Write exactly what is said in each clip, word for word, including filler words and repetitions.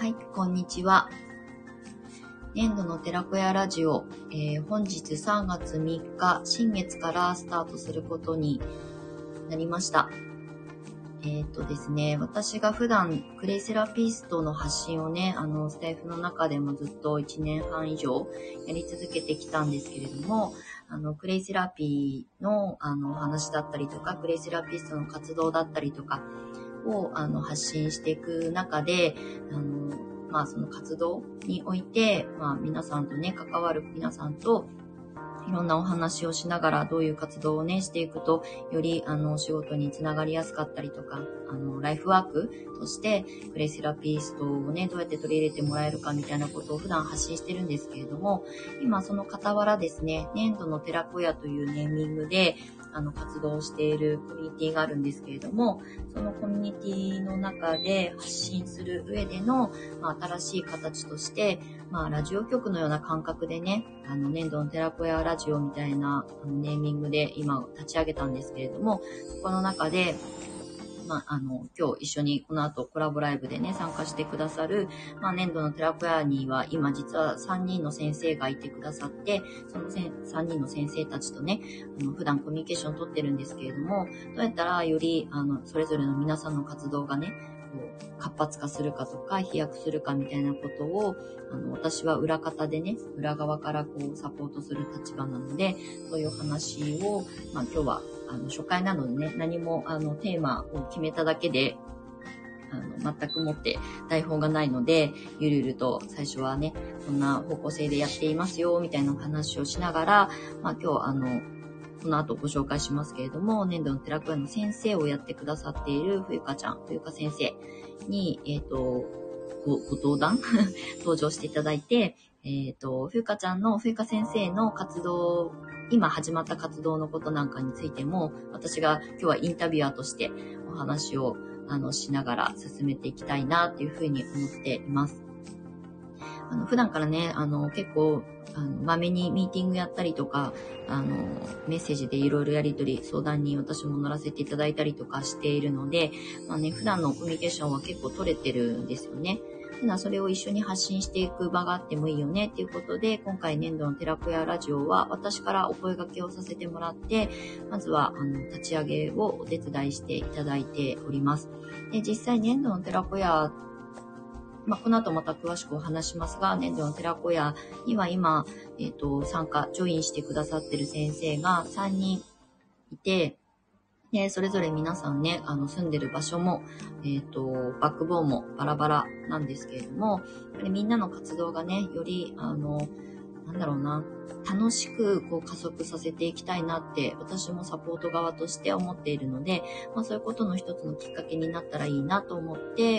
はい、こんにちは。年度の寺子屋ラジオ、えー、本日さんがつみっか、新月からスタートすることになりました。えっとですね、私が普段クレイセラピストの発信をね、あの、スタイフの中でもずっといちねんはん以上やり続けてきたんですけれども、あの、クレイセラピーの、あの、お話だったりとか、クレイセラピストの活動だったりとかを、あの、発信していく中で、あの、まあ、その活動において、まあ、皆さんとね、関わる皆さんと、いろんなお話をしながらどういう活動をねしていくとよりあの仕事につながりやすかったりとかあのライフワークとしてクレイセラピストをねどうやって取り入れてもらえるかみたいなことを普段発信してるんですけれども、今その傍らですね、年度の寺子屋というネーミングであの活動しているコミュニティがあるんですけれども、そのコミュニティの中で発信する上での、まあ、新しい形としてまあ、ラジオ局のような感覚でね、あの、年度の寺子屋ラジオみたいなあのネーミングで今立ち上げたんですけれども、そこの中で、まあ、あの、今日一緒にこの後コラボライブでね、参加してくださる、まあ、年度の寺子屋には今実はさんにんの先生がいてくださって、そのさんにんの先生たちとね、あの普段コミュニケーションを取ってるんですけれども、どうやったらより、あの、それぞれの皆さんの活動がね、活発化するかとか飛躍するかみたいなことをあの私は裏方でね裏側からこうサポートする立場なので、そういう話を、まあ、今日はあの初回なのでね何もあのテーマを決めただけであの全くもって台本がないのでゆるゆると最初はねこんな方向性でやっていますよみたいな話をしながら、まあ、今日あのこの後ご紹介しますけれども、年度の寺子屋の先生をやってくださっている冬香ちゃん、冬香先生に、えっと、ご、ご登壇登場していただいて、えっと、冬香ちゃんの、冬香先生の活動、今始まった活動のことなんかについても、私が今日はインタビュアーとしてお話をあのしながら進めていきたいなっていうふうに思っています。あの普段からね、あの結構あのまめにミーティングやったりとか、あのメッセージでいろいろやり取り相談に私も乗らせていただいたりとかしているので、まあね、普段のコミュニケーションは結構取れてるんですよね。ただそれを一緒に発信していく場があってもいいよねっていうことで、今回年度の寺子屋ラジオは私からお声掛けをさせてもらって、まずはあの立ち上げをお手伝いしていただいております。で、実際年度の寺子屋まあ、この後また詳しくお話しますが、年度の寺子屋には今、えっと、参加、ジョインしてくださってる先生がさんにんいて、で、それぞれ皆さんね、あの、住んでる場所も、えっと、バックボーンもバラバラなんですけれども、やっぱりみんなの活動がね、より、あの、なんだろうな、楽しくこう加速させていきたいなって私もサポート側として思っているので、まあ、そういうことの一つのきっかけになったらいいなと思って、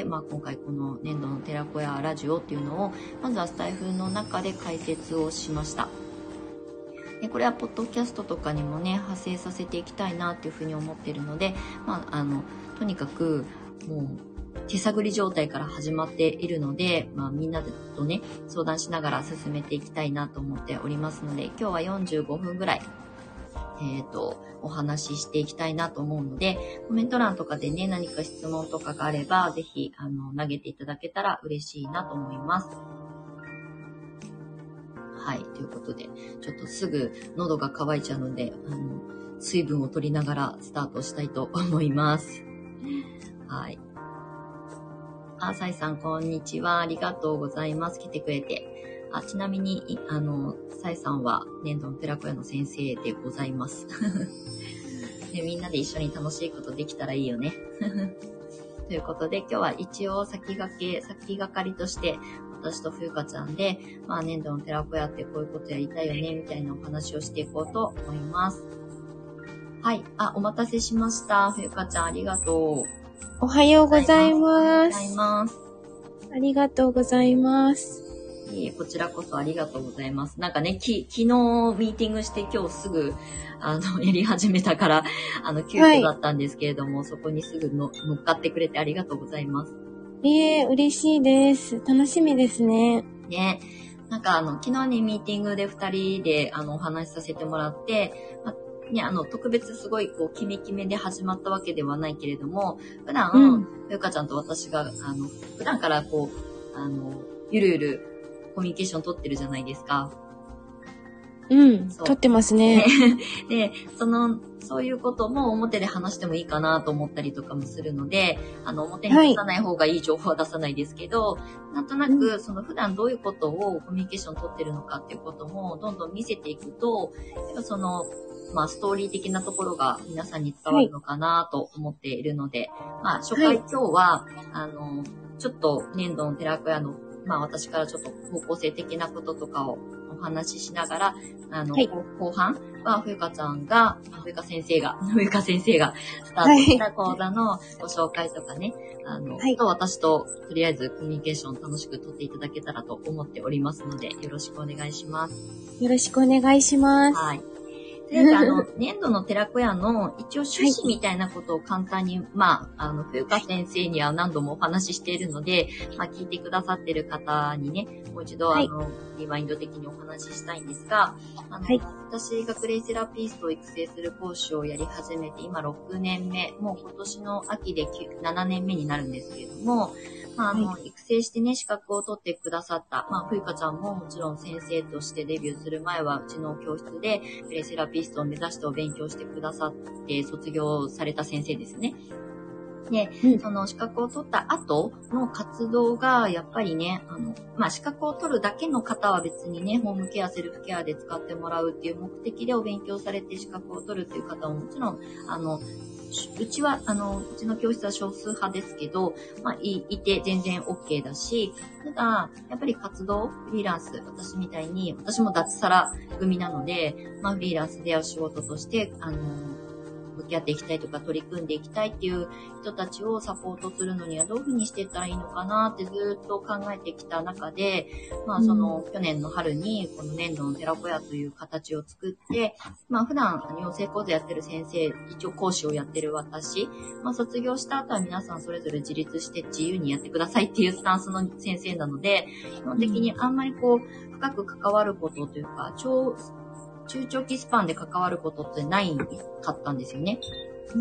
まあ、今回この年度の寺子屋ラジオっていうのをまずはスタイフの中で解説をしました。でこれはポッドキャストとかにもね派生させていきたいなっていうふうに思っているので、まあ、あのとにかくもう手探り状態から始まっているので、まあ、みんなとね相談しながら進めていきたいなと思っておりますので、今日はよんじゅうごふんぐらい、えっと、お話ししていきたいなと思うので、コメント欄とかでね何か質問とかがあればぜひあの投げていただけたら嬉しいなと思います。はい、ということでちょっとすぐ喉が渇いちゃうのであの水分を取りながらスタートしたいと思います。はい。あ、サイさん、こんにちは。ありがとうございます。来てくれて。あ、ちなみに、あの、サイさんは年度の寺子屋の先生でございます。で、みんなで一緒に楽しいことできたらいいよね。ということで、今日は一応先駆け、先がかりとして、私と冬香ちゃんで、まあ、年度の寺子屋ってこういうことやりたいよね、みたいなお話をしていこうと思います。はい。あ、お待たせしました。冬香ちゃん、ありがとう。 おはようございます。 おはようございます。 ありがとうございます。 いえ、こちらこそありがとうございます。なんかね、き、昨日ミーティングして今日すぐ、あの、やり始めたから、あの、急遽だったんですけれども、はい、そこにすぐの乗っかってくれてありがとうございます。 いえ、嬉しいです。楽しみですね。 ね。なんかあの、昨日にミーティングで二人で、あの、お話しさせてもらって、まね、あの、特別すごい、こう、キメキメで始まったわけではないけれども、普段、うん、ゆかちゃんと私が、あの、普段からこう、 あの、ゆるゆるコミュニケーション取ってるじゃないですか。 うん、取ってますね。 で、その、そういうことも表で話してもいいかなと思ったりとかもするので、あの、表に出さない方がいい情報は出さないですけど、はい、なんとなく、その普段どういうことをコミュニケーション取ってるのかっていうこともどんどん見せていくと、やっぱその、まあ、ストーリー的なところが皆さんに伝わるのかなと思っているので、はい、まあ、初回今日は、あの、ちょっと粘土の寺子屋の、まあ、私からちょっと方向性的なこととかをお話ししながら、あの、はい、後半は、冬香ちゃんが、冬香先生が、冬香先生がスタートした講座のご紹介とかね、あの、はい、と私と、とりあえずコミュニケーション楽しく取っていただけたらと思っておりますので、よろしくお願いします。 よろしくお願いします。 はい。とりあえず、あの、粘土の寺子屋の一応趣旨みたいなことを簡単に、はい、まあ、あの、冬香先生には何度もお話ししているので、まあ、聞いてくださっている方にね、もう一度、はい、あの、リマインド的にお話ししたいんですが、あの、はい、私がクレイセラピストを育成する講師をやり始めて、今ろくねんめ、もう今年の秋でななねんめになるんですけれども、まあ、あの、はい、育成してね、資格を取ってくださった、まあ、冬香ちゃんももちろん先生としてデビューする前は、うちの教室で、クレイセラピストを目指してお勉強してくださって、卒業された先生ですね。で、うん、その資格を取った後の活動が、やっぱりね、あの、まあ、資格を取るだけの方は別にね、ホームケア、セルフケアで使ってもらうっていう目的でお勉強されて資格を取るっていう方ももちろん、あの、うちは、あの、うちの教室は少数派ですけど、まあ、い、いて全然 OK だし、ただ、やっぱり活動、フリーランス、私みたいに、私も脱サラ組なので、まあ、フリーランスでお仕事として、あの、向き合っていきたいとか取り組んでいきたいっていう人たちをサポートするのにはどういうふうにしていったらいいのかなってずっと考えてきた中で、まあその去年の春にこの粘土の寺子屋という形を作って、まあ普段養成講座やってる先生、一応講師をやってる私、まあ卒業した後は皆さんそれぞれ自立して自由にやってくださいっていうスタンスの先生なので、基本的にあんまりこう深く関わることというか、超中長期スパンで関わることってないかったんですよね。うん、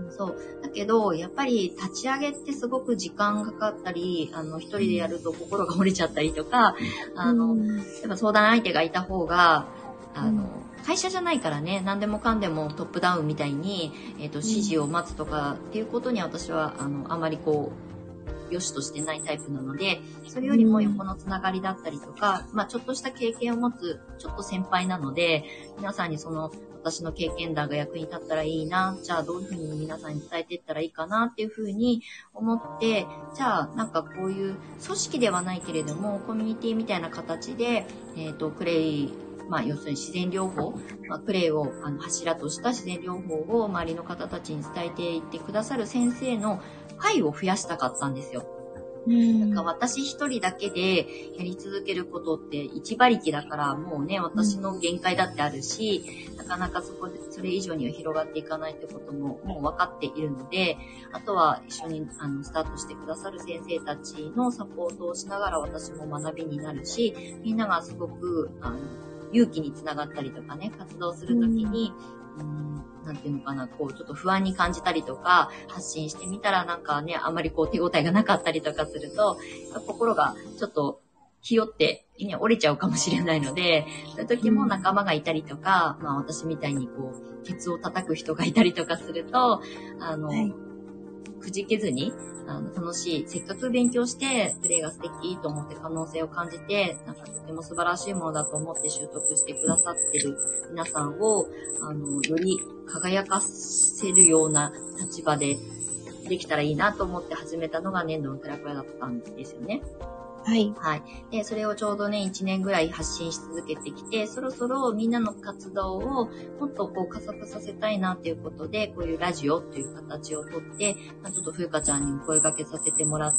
そう。だけど、やっぱり立ち上げってすごく時間がかかったり、あの、一人でやると心が折れちゃったりとか、あの、うん、やっぱ相談相手がいた方が、あの、うん、会社じゃないからね、何でもかんでもトップダウンみたいに、えっと、指示を待つとかっていうことに私は、あの、あまりこう、良しとしてないタイプなので、それよりも横のつながりだったりとか、うん、まあちょっとした経験を持つ、ちょっと先輩なので、皆さんにその私の経験談が役に立ったらいいな、じゃあどういうふうに皆さんに伝えていったらいいかなっていうふうに思って、じゃあなんかこういう組織ではないけれども、コミュニティみたいな形で、えっと、クレイ、まあ要するに自然療法、まあ、クレイをあの柱とした自然療法を周りの方たちに伝えていってくださる先生の会を増やしたかったんですよ。うん、なんか私一人だけでやり続けることって一馬力だからもうね、私の限界だってあるし、なかなかそこで、それ以上には広がっていかないってことももう分かっているので、あとは一緒にあのスタートしてくださる先生たちのサポートをしながら私も学びになるし、みんながすごくあの勇気につながったりとかね、活動するときに、うん、なんていうのかな、こう、ちょっと不安に感じたりとか、発信してみたらなんかね、あんまりこう手応えがなかったりとかすると、心がちょっとひよって、ね、折れちゃうかもしれないので、そういう時も仲間がいたりとか、まあ私みたいにこう、ケツを叩く人がいたりとかすると、あの、はい、くじけずに、あの楽しい、せっかく勉強してプレイが素敵と思って可能性を感じて、なんかとても素晴らしいものだと思って習得してくださってる皆さんを、あの、より輝かせるような立場でできたらいいなと思って始めたのが粘土の寺子屋だったんですよね。はい。はい。で、それをちょうどね、いちねんぐらい発信し続けてきて、そろそろみんなの活動をもっとこう加速させたいなっていうことで、こういうラジオっていう形をとって、まあ、ちょっと冬香ちゃんにも声掛けさせてもらって、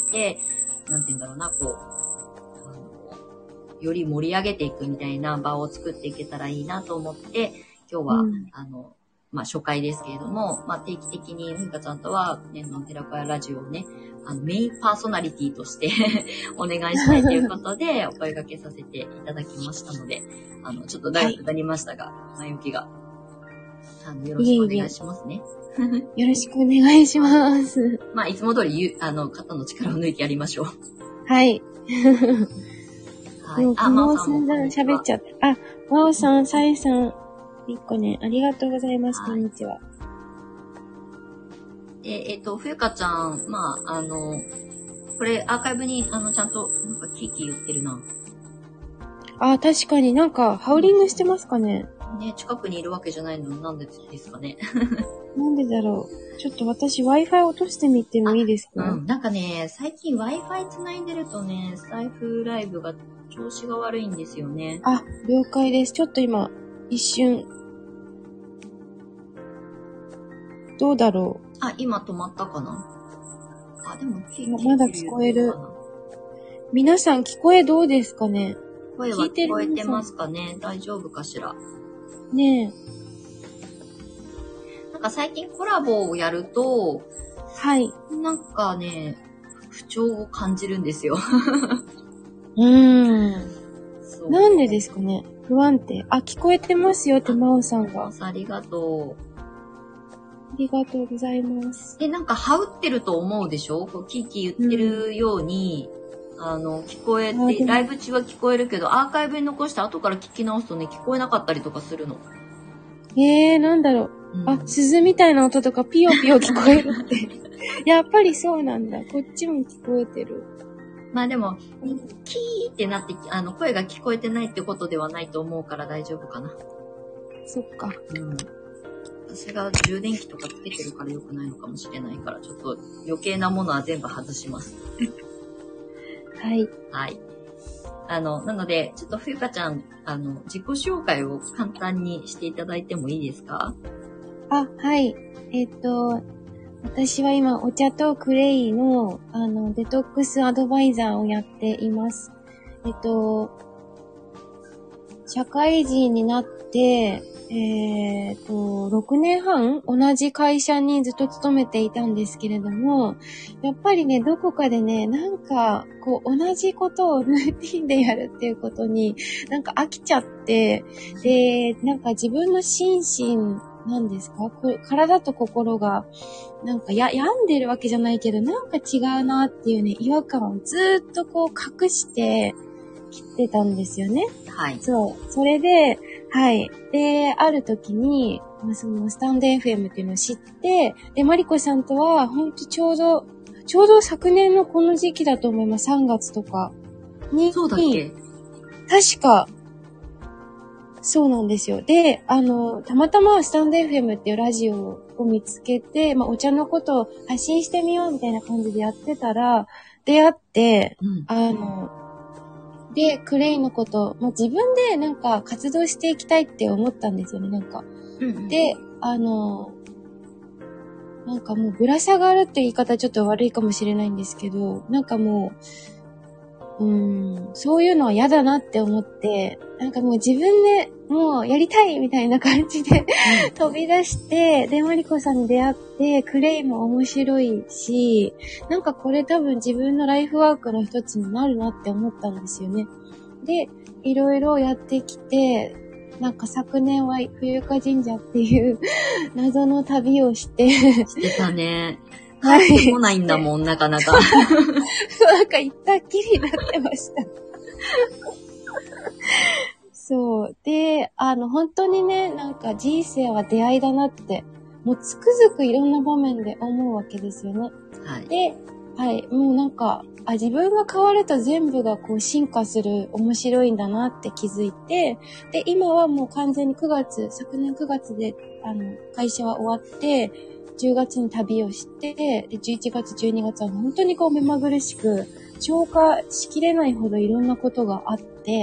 なんて言うんだろうな、こう、あの、より盛り上げていくみたいな場を作っていけたらいいなと思って、今日は、うん、あの、まあ、初回ですけれども、まあ、定期的に冬香ちゃんとは、粘土の寺子屋ラジオをね、あのメインパーソナリティとしてお願いしたいということでお声掛けさせていただきましたので、あの、ちょっと長くなりましたが、前置きが、あの、よろしくお願いしますね。 よろしくお願いします。 まあ、いつも通り、あの、肩の力を抜いてやりましょう。 はい。 はい。 もう、 あ、 もうまおさんも散々喋っちゃった。あ、まおさん、さえさん、みっこね、ありがとうございます。こんにちは。 え、えっと、ふゆかちゃん、まあ、あの、これアーカイブに、あの、ちゃんと、なんか、キーキー言ってるな。 あ、確かになんか、ハウリングしてますかね。 ね、近くにいるわけじゃないのになんでですかね。 なんでだろう。ちょっと私 Wi-Fi 落としてみてもいいですか？ うん。なんかね、最近 Wi-Fi 繋いでるとね、スタイフライブが調子が悪いんですよね。 あ、了解です。ちょっと今、一瞬。どうだろう。 あ、今止まったかな？あ、でもキーキーまだ聞こえる。 かな。 皆さん聞こえどうですかね？ 声は聞こえてますかね？大丈夫かしら？ ねえ。なんか最近コラボをやると、 はい。 なんかね、不調を感じるんですよ。 うーん。そうなんでですかね？不安定。あ、聞こえてますよって、まおさんが。 ありがとう。 ありがとうございます。 で、なんか、はうってると思うでしょ？こうキーキー言ってるように、うん、あの、聞こえて、ライブ中は聞こえるけど、アーカイブに残して後から聞き直すとね、聞こえなかったりとかするの。 えー、なんだろう。うん、あ、鈴みたいな音とかピヨピヨ聞こえるって。やっぱりそうなんだ。こっちも聞こえてる。 まあでも、キーってなって、あの、声が聞こえてないってことではないと思うから大丈夫かな。 そっか。 うん。私が充電器とかつけてるから良くないのかもしれないから、ちょっと余計なものは全部外します。 はい。 はい。あの、なので、ちょっとふゆかちゃん、あの、自己紹介を簡単にしていただいてもいいですか？ あ、はい。えっと、私は今、お茶とクレイの、あの、デトックスアドバイザーをやっています。えっと、社会人になって、えーと、ろくねんはん同じ会社にずっと勤めていたんですけれども、やっぱりね、どこかでね、なんか、こう、同じことをルーティンでやるっていうことに、なんか飽きちゃって、で、なんか自分の心身、なんですか？体と心が、なんかや、病んでるわけじゃないけど、なんか違うなっていうね、違和感をずっとこう隠してきてたんですよね。 はい。 そう。それで、はい。で、ある時に、そのスタンド エフエム っていうのを知って、で、マリコさんとは、ほんとちょうど、ちょうど昨年のこの時期だと思います。さんがつとかに。 そうだっけ？ 確か、そうなんですよ。で、あの、たまたまスタンド エフエム っていうラジオを見つけて、まあ、お茶のことを発信してみようみたいな感じでやってたら、出会って、うん、あの、で、クレイのこと、まあ、自分でなんか活動していきたいって思ったんですよね、なんか。うんうん、で、あの、なんかもうぶら下がるって言い方ちょっと悪いかもしれないんですけど、なんかもう、うーん、そういうのは嫌だなって思って、なんかもう自分でもうやりたいみたいな感じで飛び出して、で、マリコさんに出会って、クレイも面白いし、なんかこれ多分自分のライフワークの一つになるなって思ったんですよね。で、いろいろやってきて、なんか昨年は冬香神社っていう謎の旅をして。 してたね。帰ってこないんだもん、なかなか。 なんか行ったっきりになってました。そう。で、あの、本当にね、なんか人生は出会いだなって、もうつくづくいろんな場面で思うわけですよね。はい。で、はい、もうなんか、あ、自分が変わると全部がこう進化する面白いんだなって気づいて、で、今はもう完全にくがつ、昨年くがつで、あの、会社は終わって、じゅうがつに旅をして、で、じゅういちがつ、じゅうにがつは本当にこう目まぐるしく、消化しきれないほどいろんなことがあって、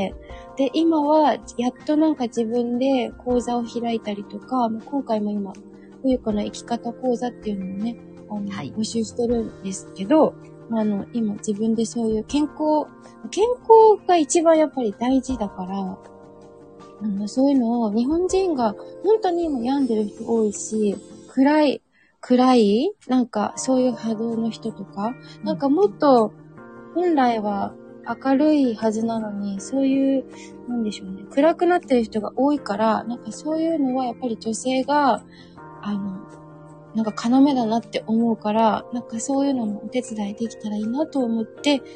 で、今はやっとなんか自分で講座を開いたりとか、今回も今、冬子の生き方講座っていうのをね、あの、はい、募集してるんですけど、あの、今自分でそういう健康、健康が一番やっぱり大事だから、あの、そういうのを日本人が本当に今病んでる人多いし、暗い、暗い、なんかそういう波動の人とか、なんかもっと本来は明るいはずなのに、そういう、なんでしょうね、暗くなってる人が多いから、なんかそういうのはやっぱり女性が、あの、なんか要だなって思うから、なんかそういうのもお手伝いできたらいいなと思って、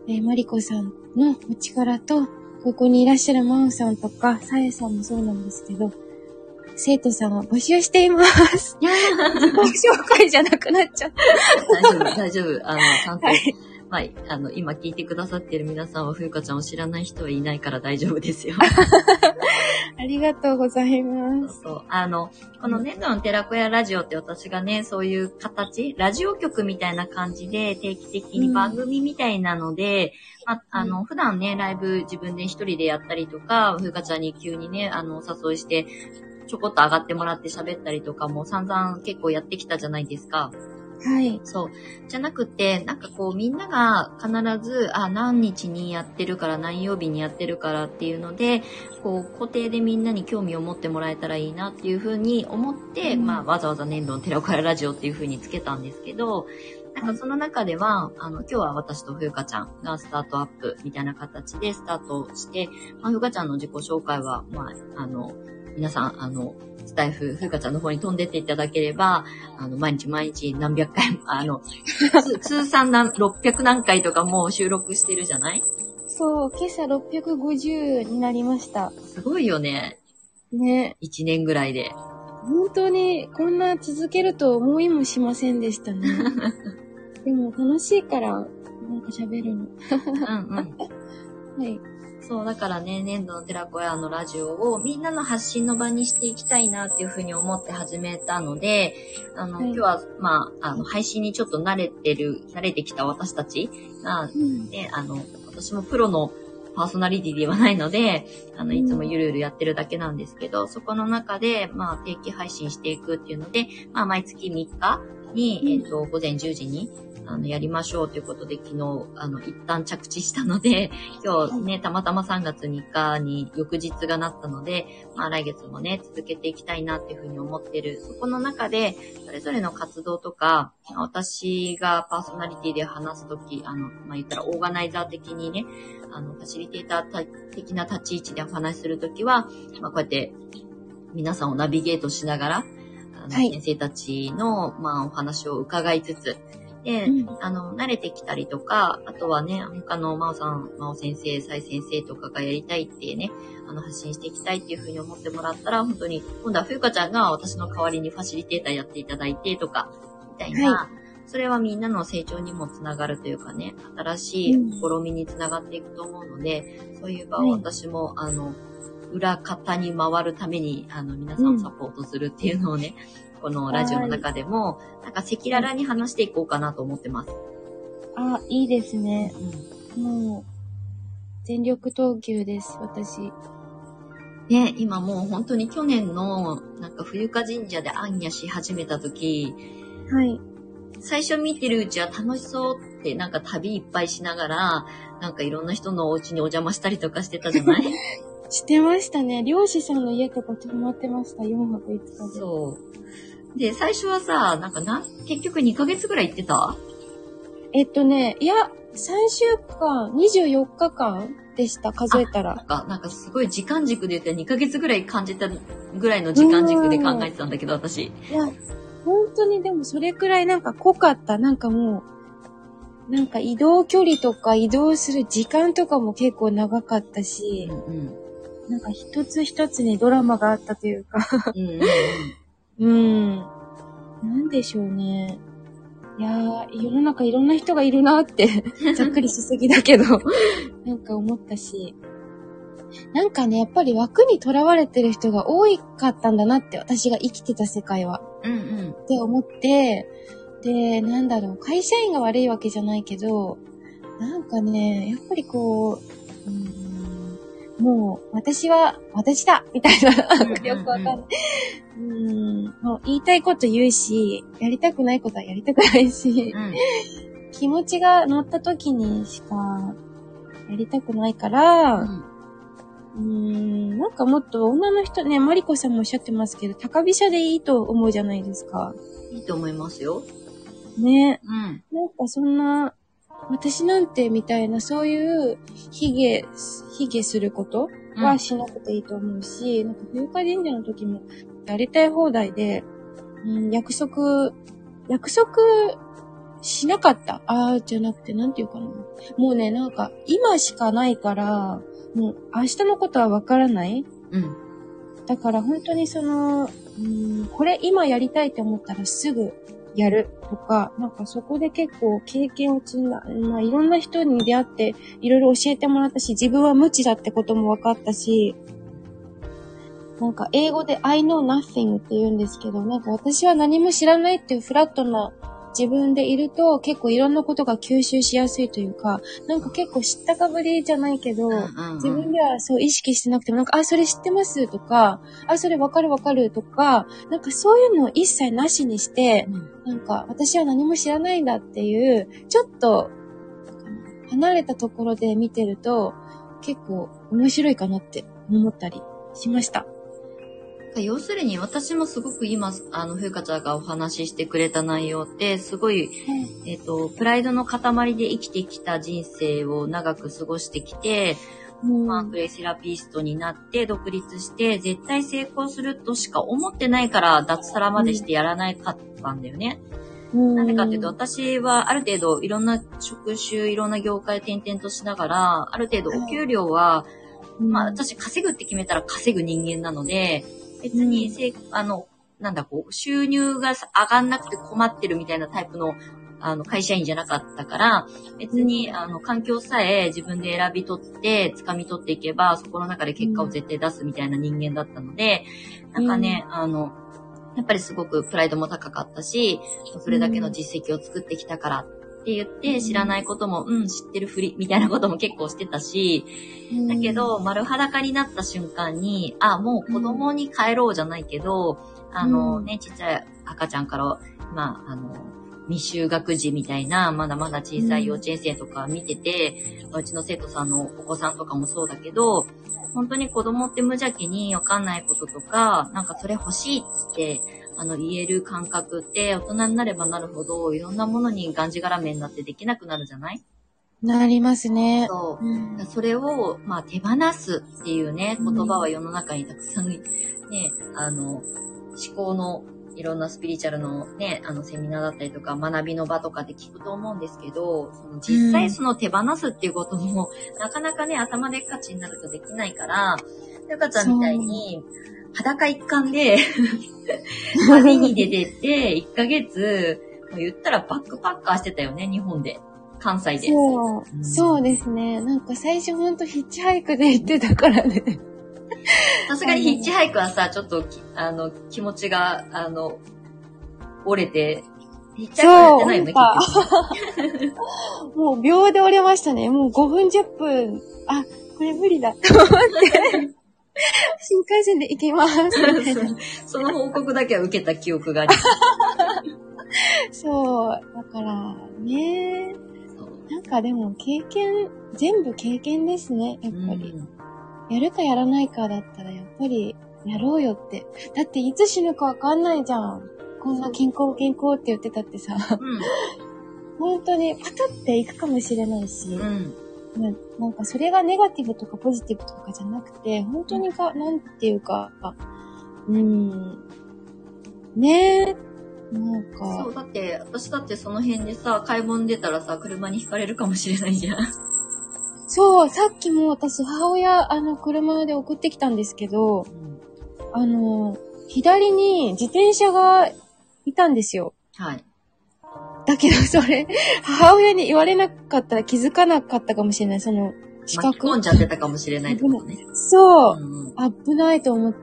えー、マリコさんのお力と、ここにいらっしゃるマオさんとか、サエさんもそうなんですけど、生徒さんを募集しています。自己紹介じゃなくなっちゃった。 大丈夫、大丈夫。あの、ちゃんと、はい、まあ、あの、今聞いてくださっている皆さんは、ふゆかちゃんを知らない人はいないから大丈夫ですよ。 ありがとうございます。 そうそう。あの、この粘土の寺子屋ラジオって私がね、そういう形、ラジオ局みたいな感じで定期的に番組みたいなので、うん、まあ、あの、普段ね、ライブ自分で一人でやったりとか、ふゆかちゃんに急にね、あの、お誘いして、ちょこっと上がってもらって喋ったりとかも散々結構やってきたじゃないですか。 はい。 そう。じゃなくて、なんかこうみんなが必ず、あ、何日にやってるから何曜日にやってるからっていうので、こう固定でみんなに興味を持ってもらえたらいいなっていうふうに思って、うん、まあわざわざ粘土の寺子屋ラジオっていうふうにつけたんですけど、なんかその中では、あの、今日は私とふゆかちゃんがスタートアップみたいな形でスタートして、まあ、ふゆかちゃんの自己紹介は、まあ、あの、皆さん、あの、スタイフ、ふゆかちゃんの方に飛んでっていただければ、あの、毎日毎日何百回も、あの、通算何、ろっぴゃく何回とかもう収録してるじゃない？ そう、今朝ろっぴゃくごじゅうになりました。 すごいよね。 ね。 いちねんぐらいで。 本当に、こんな続けると思いもしませんでしたね。でも楽しいから、なんか喋るの。 うんうん。 はい。 そう、だからね、粘土の寺子屋のラジオをみんなの発信の場にしていきたいなっていうふうに思って始めたので、あの、はい、今日は、まあ、あの、配信にちょっと慣れてる、慣れてきた私たちが、うん、ね、あの、私もプロのパーソナリティではないので、あの、いつもゆるゆるやってるだけなんですけど、うん、そこの中で、まあ、定期配信していくっていうので、まあ、毎月みっかに、うん、えっと、午前じゅうじに、あの、やりましょうということで、昨日、あの、一旦着地したので、今日ね、たまたまさんがつみっかに翌日がなったので、まあ来月もね、続けていきたいなっていうふうに思ってる。そこの中で、それぞれの活動とか、私がパーソナリティで話すとき、あの、まあ言ったらオーガナイザー的にね、あの、ファシリテーター的な立ち位置でお話しするときは、まあこうやって皆さんをナビゲートしながら、あの、はい、先生たちの、まあお話を伺いつつ、で、うん、あの、慣れてきたりとか、あとはね、他の真央さん、真央先生、蔡先生とかがやりたいってね、あの、発信していきたいっていうふうに思ってもらったら、本当に、今度はふゆかちゃんが私の代わりにファシリテーターやっていただいてとか、みたいな、はい、それはみんなの成長にもつながるというかね、新しい試みにつながっていくと思うので、うん、そういう場を私も、はい、あの、裏方に回るために、あの、皆さんをサポートするっていうのをね、うんこのラジオの中でも、なんか赤裸々に話していこうかなと思ってます。 あ、いいですね。うん、もう、全力投球です、私。 ね、今もう本当に去年の、なんか冬香神社でアンニャし始めた時、 はい。 最初見てるうちは楽しそうって、なんか旅いっぱいしながら、なんかいろんな人のお家にお邪魔したりとかしてたじゃないしてましたね。漁師さんの家とか泊まってました、よんはくいつかで。 そう。で、最初はさ、なんかな、結局にかげつぐらい行ってた？ えっとね、いや、さんしゅうかん、にじゅうよっかかんでした、数えたら。 なんか、なんかすごい時間軸で言ったらにかげつぐらい感じたぐらいの時間軸で考えてたんだけど、私。 いや、本当にでもそれくらいなんか濃かった。なんかもう、なんか移動距離とか移動する時間とかも結構長かったし、うんうん、なんか一つ一つにドラマがあったというかうんうん、うんうん。なんでしょうね。いやー、世の中いろんな人がいるなってざっくりしすぎだけどなんか思ったし。なんかね、やっぱり枠にとらわれてる人が多かったんだなって、私が生きてた世界は。うんうん。って思って、で、なんだろう、会社員が悪いわけじゃないけど、なんかね、やっぱりこう、うんもう、私は、私だみたいな、よくわかんない。うん、もう言いたいこと言うし、やりたくないことはやりたくないし、うん、気持ちが乗った時にしかやりたくないから、うん、うーんなんかもっと女の人ね、マリコさんもおっしゃってますけど、高飛車でいいと思うじゃないですか。 いいと思いますよ。 ね。うん。なんかそんな、私なんてみたいな、そういう卑下、卑下することはしなくていいと思うし、うん、なんか冬香神社の時もやりたい放題で、うん、約束、約束しなかった。ああ、じゃなくて、なんていうかな。もうね、なんか、今しかないから、もう明日のことはわからない。 うん。 だから本当にその、うん、これ今やりたいと思ったらすぐやるとか、なんかそこで結構経験を積んだ、まあいろんな人に出会っていろいろ教えてもらったし、自分は無知だってことも分かったし、なんか英語で I know nothing って言うんですけど、なんか私は何も知らないっていうフラットな自分でいると結構いろんなことが吸収しやすいというか、なんか結構知ったかぶりじゃないけど、 うんうんうん、 自分ではそう意識してなくてもなんか、あ、それ知ってますとか、あ、それわかるわかるとか、なんかそういうのを一切なしにして、うん、なんか私は何も知らないんだっていう、ちょっと離れたところで見てると結構面白いかなって思ったりしました。 要するに私もすごく今、あの、ふうかちゃんがお話ししてくれた内容って、すごい、うん、えっと、プライドの塊で生きてきた人生を長く過ごしてきて、うん、まあ、クレイセラピストになって独立して、絶対成功するとしか思ってないから脱サラまでしてやらないかったんだよね。うん、なんでかっていうと、私はある程度いろんな職種、いろんな業界転々としながら、ある程度お給料は、うん、まあ私稼ぐって決めたら稼ぐ人間なので、別にせ、うん、あの、なんだこう、収入が上がんなくて困ってるみたいなタイプの、あの、会社員じゃなかったから、別に、うん、あの、環境さえ自分で選び取って、掴み取っていけば、そこの中で結果を絶対出すみたいな人間だったので、うん、なんかね、あの、やっぱりすごくプライドも高かったし、それだけの実績を作ってきたからって言って、知らないことも、うん、知ってるふり、みたいなことも結構してたし、だけど、丸裸になった瞬間に、あ、もう子供に帰ろうじゃないけど、あのね、ちっちゃい赤ちゃんから、まあ、あの、未就学児みたいな、まだまだ小さい幼稚園生とか見てて、うちの生徒さんのお子さんとかもそうだけど、本当に子供って無邪気にわかんないこととか、なんかそれ欲しいっつって、あの、言える感覚って大人になればなるほど、いろんなものにがんじがらめになってできなくなるじゃない？ なりますね。 そう。うん、それを、まあ、手放すっていうね、言葉は世の中にたくさん、ね、あの、思考のいろんなスピリチュアルのね、あの、セミナーだったりとか、学びの場とかで聞くと思うんですけど、その実際その手放すっていうことも、うん、なかなかね、頭でっかちになるとできないから、ゆかちゃんみたいに、裸一貫で、旅に出てって、いっかげつ、もう言ったらバックパッカーしてたよね、日本で。関西で。 そう、うん、そうですね。なんか最初ほんとヒッチハイクで行ってたからね。 さすがにヒッチハイクはさ、ちょっと、あの、気持ちが、あの、折れて、ヒッチハイクやってないよね、 結局。もう秒で折れましたね。もうごふんじゅっぷん。あ、これ無理だ。と思って。新幹線で行きます。 その報告だけは受けた記憶があります。 そう。だからね。なんかでも経験、全部経験ですね、やっぱり。うん、やるかやらないかだったらやっぱりやろうよって。だっていつ死ぬかわかんないじゃん。こんな健康健康って言ってたってさ。うん、本当にパタっていくかもしれないし。うんなんかそれがネガティブとかポジティブとかじゃなくて、本当にか、なんていうか、うーん、ねえ、なんか。 そう、だって、私だってその辺でさ、買い物出たらさ、車にひかれるかもしれないじゃん。 そう、さっきも私、母親、あの、車で送ってきたんですけど、うん、あの、左に自転車がいたんですよ。 はい。 だけどそれ、母親に言われなかったら気づかなかったかもしれない。その、視覚。 巻き込んじゃってたかもしれないってことね。 そう、うんうん、危ないと思って、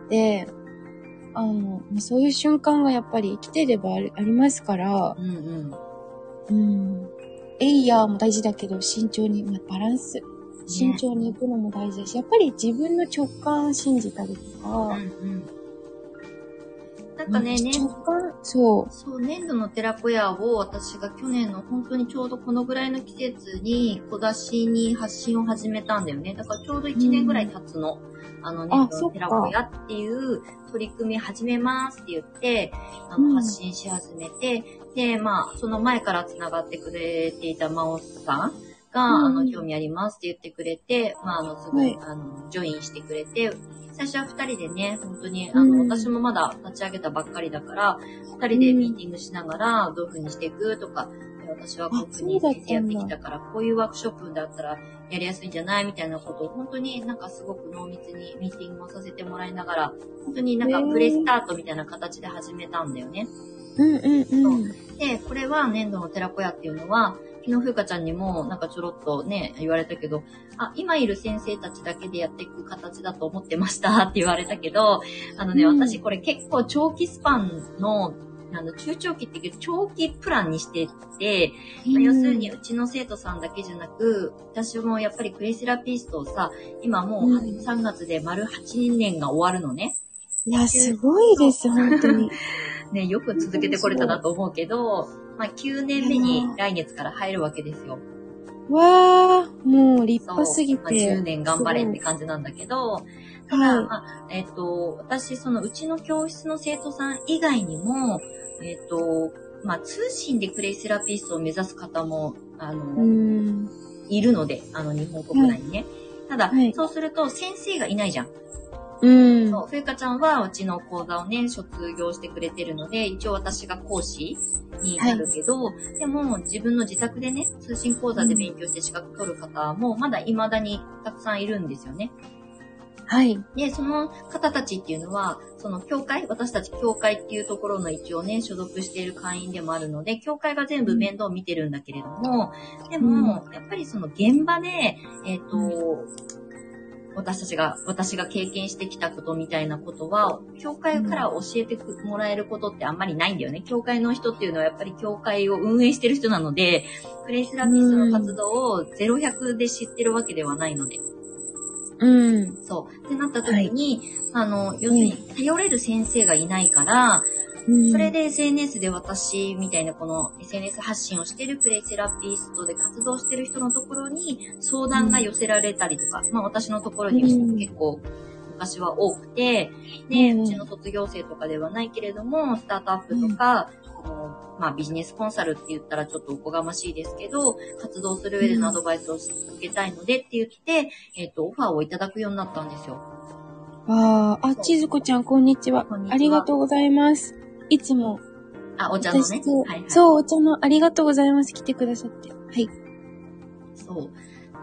あの、そういう瞬間がやっぱり生きてればあり、ありますから、うんうん。うん。エイヤーも大事だけど、慎重に、まあ、バランス。慎重に行くのも大事だし、ね、やっぱり自分の直感を信じたりとか、うんうんなんかね、 直感そう。 そう、粘土の寺子屋を私が去年の本当にちょうどこのぐらいの季節に小出しに発信を始めたんだよね。だからちょうどいちねんぐらい経つの。うん、あの粘土の寺子屋っていう取り組み始めますって言って、あの発信し始めて、うん、で、まあ、その前から繋がってくれていた真央さんが、うん、あの、興味ありますって言ってくれて、まあ、あの、すごい、はい、あの、ジョインしてくれて、最初は二人でね、本当に、あの、うん、私もまだ立ち上げたばっかりだから、二人でミーティングしながら、どういう風にしていくとか、 私はこういうふうに先生やってきたから、こういうワークショップだったらやりやすいんじゃないみたいなことを、本当になんかすごく濃密にミーティングをさせてもらいながら、本当になんかプレスタートみたいな形で始めたんだよね。 うんうんうん。 で、これは粘土の寺子屋っていうのは、昨日ふうかちゃんにもなんかちょろっとね、言われたけど、あ、今いる先生たちだけでやっていく形だと思ってましたって言われたけど、あのね、うん、私これ結構長期スパンの、あの、中長期っていう長期プランにしてて、まあ、要するにうちの生徒さんだけじゃなく、私もやっぱりクレイセラピストをさ、今もうさんがつで丸はちねんが終わるのね。 いや、すごいです、本当に。 ね、よく続けてこれたなと思うけど、まあ、きゅうねんめに来月から入るわけですよ。 わー、もう立派すぎて。 まあ、じゅうねん頑張れって感じなんだけど、ただ、はい、まあ、えっと、私、そのうちの教室の生徒さん以外にも、えっと、まあ、通信でクレイセラピストを目指す方も、あの、いるので、あの、日本国内にね。はい、ただ、はい、そうすると先生がいないじゃん。 うん。 そう、ふうかちゃんはうちの講座をね、卒業してくれてるので、一応私が講師になるけど、はい、でも自分の自宅でね、通信講座で勉強して資格取る方もまだ未だにたくさんいるんですよね。 はい。 で、その方たちっていうのは、その教会、私たち教会っていうところの一応ね、所属している会員でもあるので、教会が全部面倒を見てるんだけれども、でも、うん、やっぱりその現場で、えっと、うん私たちが、私が経験してきたことみたいなことは、教会から教えてもらえることってあんまりないんだよね。教会の人っていうのはやっぱり教会を運営してる人なので、クレイセラピストの活動をゼロひゃくで知ってるわけではないので。 うん。 そう。ってなった時に、はい、あの、要するに頼れる先生がいないから、うん、それで エスエヌエス で私みたいなこの エスエヌエス 発信をしてるクレイセラピストで活動してる人のところに相談が寄せられたりとか、うん、まあ私のところにも結構昔は多くて、で、うん、うちの卒業生とかではないけれども、スタートアップとか、うん、まあビジネスコンサルって言ったらちょっとおこがましいですけど、活動する上でのアドバイスを受けたいのでって言って、えっと、オファーをいただくようになったんですよ。 ああ、あ、ちずこちゃん、こんにちは。こんにちは。ありがとうございます。いつも。 あ、お茶のね。 はいはい、そう、お茶のありがとうございます。来てくださって。はい。 そう。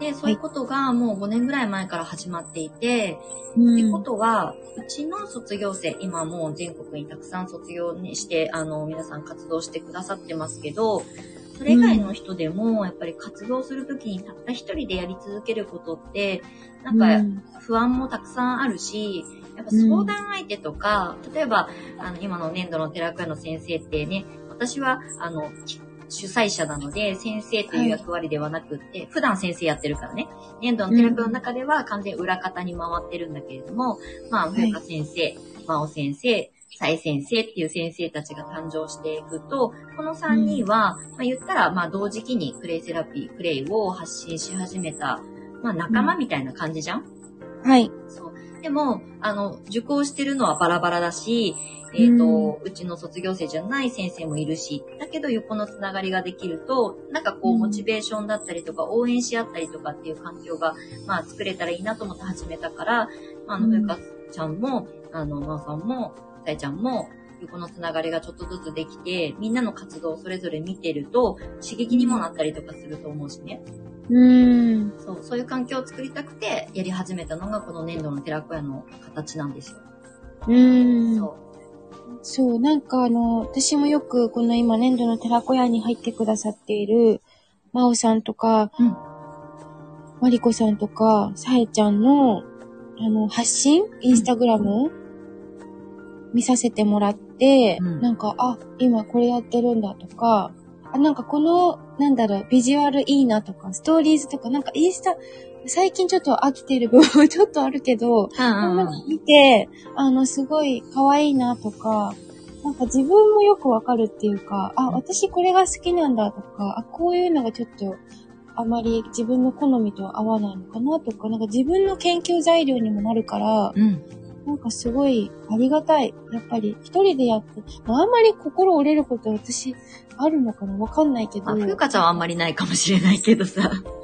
で、そういうことがもうごねんぐらい前から始まっていて、うん、ってことは、うちの卒業生、今もう全国にたくさん卒業にして、あの、皆さん活動してくださってますけど、それ以外の人でも、やっぱり活動するときにたった一人でやり続けることって、なんか不安もたくさんあるし、やっぱ相談相手とか、うん、例えば、あの、今の粘土の寺子屋の先生ってね、私は、あの、主催者なので、先生という役割ではなくって、はい、普段先生やってるからね、粘土の寺子屋の中では完全裏方に回ってるんだけれども、まあ、ふうか先生、まお先生、さえ先生っていう先生たちが誕生していくと、このさんにんは、うん、まあ言ったら、まあ同時期にクレイセラピー、クレイを発信し始めた、まあ仲間みたいな感じじゃん、 うん、はい。 そう。でも、あの、受講してるのはバラバラだし、えっと、うん、うちの卒業生じゃない先生もいるし、だけど横のつながりができると、なんかこう、モチベーションだったりとか、応援し合ったりとかっていう環境が、まあ作れたらいいなと思って始めたから、あの、ふうかちゃんも、あの、まおさんも、さえちゃんも、横のつながりがちょっとずつできて、みんなの活動をそれぞれ見てると、刺激にもなったりとかすると思うしね。 うーん。 そう、そういう環境を作りたくて、やり始めたのが、この粘土の寺子屋の形なんですよ。 うーん。 そう。 そう、なんかあの、私もよく、この今、粘土の寺子屋に入ってくださっている、まおさんとか、うん、まりこさんとか、さえちゃんの、あの、発信インスタグラム、うん見させてもらって、うん、なんか、あ、今これやってるんだとか、あ、なんかこの、なんだろう、ビジュアルいいなとか、ストーリーズとか、なんかインスタ、最近ちょっと飽きてる部分ちょっとあるけど、うんうん、なんか見て、あの、すごい可愛いなとか、なんか自分もよくわかるっていうか、あ、私これが好きなんだとか、あ、こういうのがちょっと、あまり自分の好みと合わないのかなとか、なんか自分の研究材料にもなるから、うんなんかすごいありがたい。やっぱり一人でやって、まあ、あんまり心折れること私あるのかなわかんないけど。 まあ、ふうかちゃんはあんまりないかもしれないけどさ。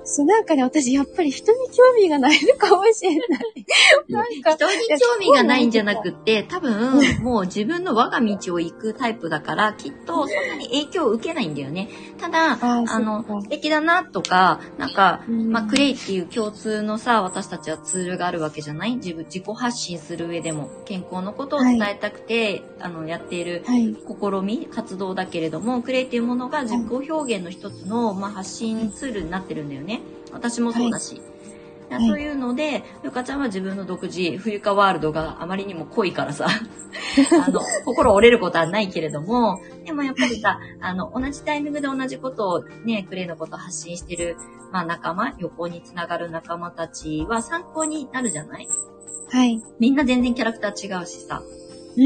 そう、なんかね、私やっぱり人に興味がないのかもしれない。 なんか人に興味がないんじゃなくて、多分、もう自分の我が道を行くタイプだから、きっとそんなに影響を受けないんだよね。ただ、あ, あの、素敵だなとか、なんか、まあ、クレイっていう共通のさ、私たちはツールがあるわけじゃない？自分、自己発信する上でも、健康のことを伝えたくて、はい、あの、やっている試み、はい、活動だけれども、クレイっていうものが自己表現の一つの、まあ、発信ツールになってるんだよね。私もそうだし。はい、そういうので、ゆかちゃんは自分の独自、冬香ワールドがあまりにも濃いからさ、あの、心折れることはないけれども、でもやっぱりさ、あの、同じタイミングで同じことをね、クレイのことを発信してる、まあ仲間、旅行につながる仲間たちは参考になるじゃない？ はい。 みんな全然キャラクター違うしさ。 うん、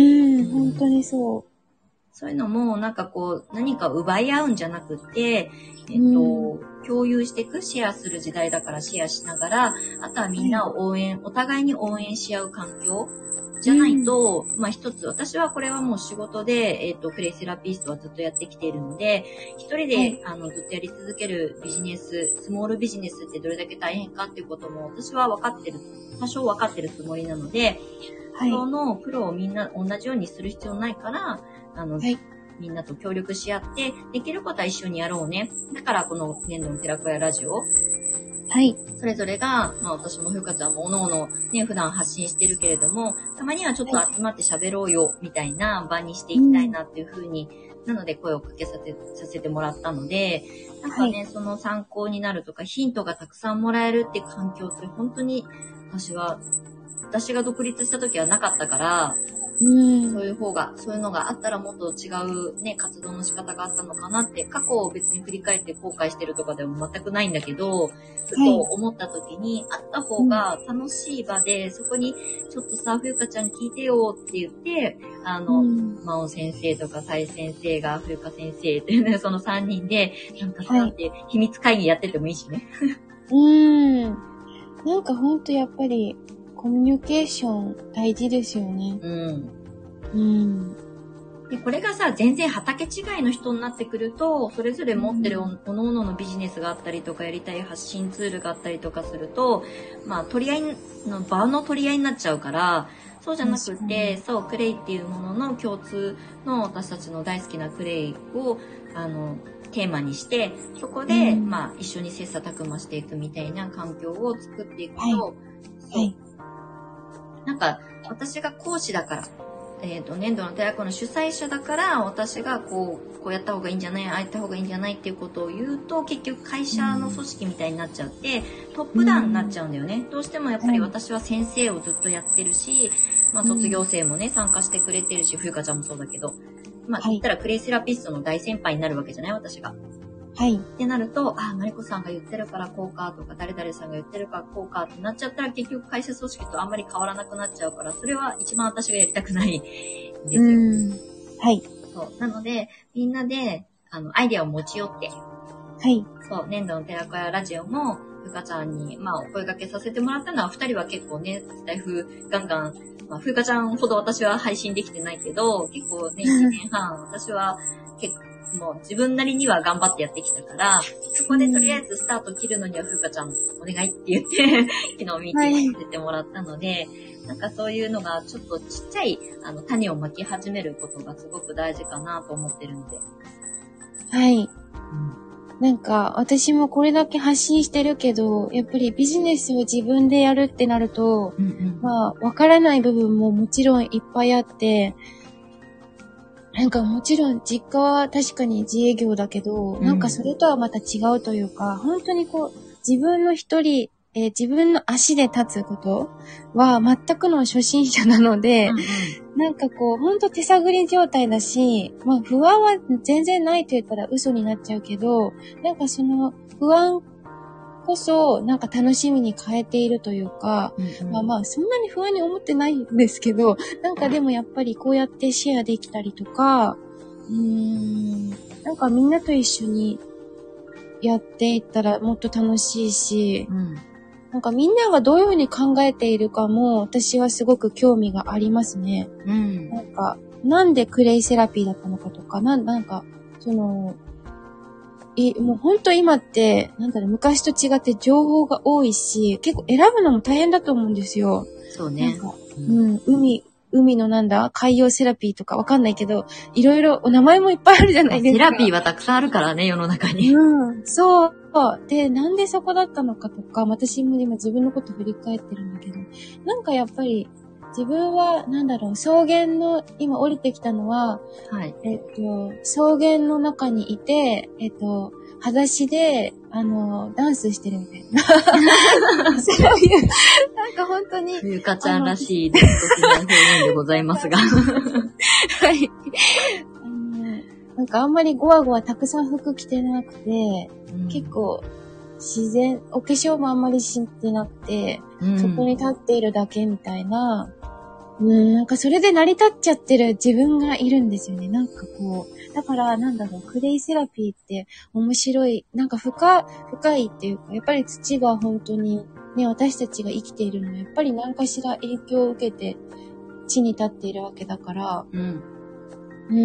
本当にそう。 そういうのも、なんかこう、何か奪い合うんじゃなくて、えっと、共有していく、シェアする時代だからシェアしながら、あとはみんなを応援、はい、お互いに応援し合う環境じゃないと、まあ一つ、私はこれはもう仕事で、えっと、クレイセラピストはずっとやってきているので、一人で、はい、あの、ずっとやり続けるビジネス、スモールビジネスってどれだけ大変かっていうことも、私は分かってる、多少分かってるつもりなので、はい、その苦労をみんな同じようにする必要ないから、あの、はい、みんなと協力し合って、できることは一緒にやろうね。だからこの年度の寺子屋ラジオ。 はい。 それぞれが、まあ私もふうかちゃんもおのおのね、普段発信してるけれども、たまにはちょっと集まって喋ろうよ、みたいな場にしていきたいなっていうふうに、うん、なので声をかけさせ、させてもらったので、なんかね、はい、その参考になるとかヒントがたくさんもらえるっていう環境って本当に私は、私が独立した時はなかったから、うん、そういう方が、そういうのがあったらもっと違うね、活動の仕方があったのかなって、過去を別に振り返って後悔してるとかでも全くないんだけど、ふと思った時に、あった方が楽しい場で、そこにちょっとさ、ふゆかちゃん聞いてよって言って、あの、まお先生とかさえ先生が、ふゆか先生ってね、そのさんにんで、なんかさ、って秘密会議やっててもいいしね。 うーん。なんかほんとやっぱり、コミュニケーション大事ですよね。 うん。 うん。 で、これがさ、全然畑違いの人になってくると、それぞれ持ってるおのおののビジネスがあったりとか、やりたい発信ツールがあったりとかすると、まあ、取り合いの、場の取り合いになっちゃうから、そうじゃなくて、そう、クレイっていうものの共通の私たちの大好きなクレイを、あの、テーマにして、そこで、うん、まあ、一緒に切磋琢磨していくみたいな環境を作っていくと、はいはい、なんか、私が講師だから、えっと、年度の寺子の主催者だから、私がこう、こうやった方がいいんじゃない、ああやった方がいいんじゃないっていうことを言うと、結局会社の組織みたいになっちゃって、トップダウンになっちゃうんだよね。どうしてもやっぱり私は先生をずっとやってるし、まあ卒業生もね、参加してくれてるし、冬香ちゃんもそうだけど、まあ言ったらクレイセラピストの大先輩になるわけじゃない、私が。 はい。 ってなると、あ、マリコさんが言ってるからこうかとか、誰々さんが言ってるからこうかってなっちゃったら結局会社組織とあんまり変わらなくなっちゃうから、それは一番私がやりたくないんですよ。 うんはい。 そう。なので、みんなで、あの、アイデアを持ち寄って、 はい。 そう、年度の寺子屋ラジオも、ふかちゃんに、まあ、お声掛けさせてもらったのは、二人は結構ね、スタイフガンガン、まあ、ふかちゃんほど私は配信できてないけど、結構ね、いちねんはん、私は結構、もう自分なりには頑張ってやってきたから、そこでとりあえずスタート切るのにはふうかちゃんお願いって言って、昨日ミーティングさせてもらったので、はい、なんかそういうのがちょっとちっちゃいあの種をまき始めることがすごく大事かなと思ってるので。 はい。うん、なんか私もこれだけ発信してるけど、やっぱりビジネスを自分でやるってなると、うんうん、まあわからない部分ももちろんいっぱいあって、なんかもちろん実家は確かに自営業だけど、うん、なんかそれとはまた違うというか、本当にこう自分の一人、えー、自分の足で立つことは全くの初心者なので、うんうん、なんかこう本当手探り状態だし、まあ不安は全然ないと言ったら嘘になっちゃうけど、なんかその不安こそなんか楽しみに変えているというか、うんうん、まあまあそんなに不安に思ってないんですけど、なんかでもやっぱりこうやってシェアできたりとか、うーん、なんかみんなと一緒にやっていったらもっと楽しいし、うん、なんかみんながどういうふうに考えているかも私はすごく興味がありますね。うん、なんかなんでクレイセラピーだったのかとか、な、なんかそのい、もうほんと今って、なんだろう、昔と違って情報が多いし、結構選ぶのも大変だと思うんですよ。 そうね。 なんか、うん、うん、海、海のなんだ、海洋セラピーとかわかんないけど、いろいろお名前もいっぱいあるじゃないですか。 セラピーはたくさんあるからね、世の中に。 うん、そう。で、なんでそこだったのかとか、私も今自分のこと振り返ってるんだけど、なんかやっぱり、自分は、なんだろう、草原の、今降りてきたのは、 はい。 えっと、草原の中にいて、えっと、裸足で、あの、ダンスしてるみたいな。そういう、なんか本当に。 ゆかちゃんらしい独特な表現でございますが。 はい。あの、なんかあんまりゴワゴワたくさん服着てなくて、うん、結構、自然、お化粧もあんまりしてなくて、うん、そこに立っているだけみたいな、うん、なんかそれで成り立っちゃってる自分がいるんですよね。なんかこう、だからなんだろう、クレイセラピーって面白い、なんか深、深いっていうか、やっぱり土が本当にね、私たちが生きているのはやっぱり何かしら影響を受けて地に立っているわけだから、うん。うん。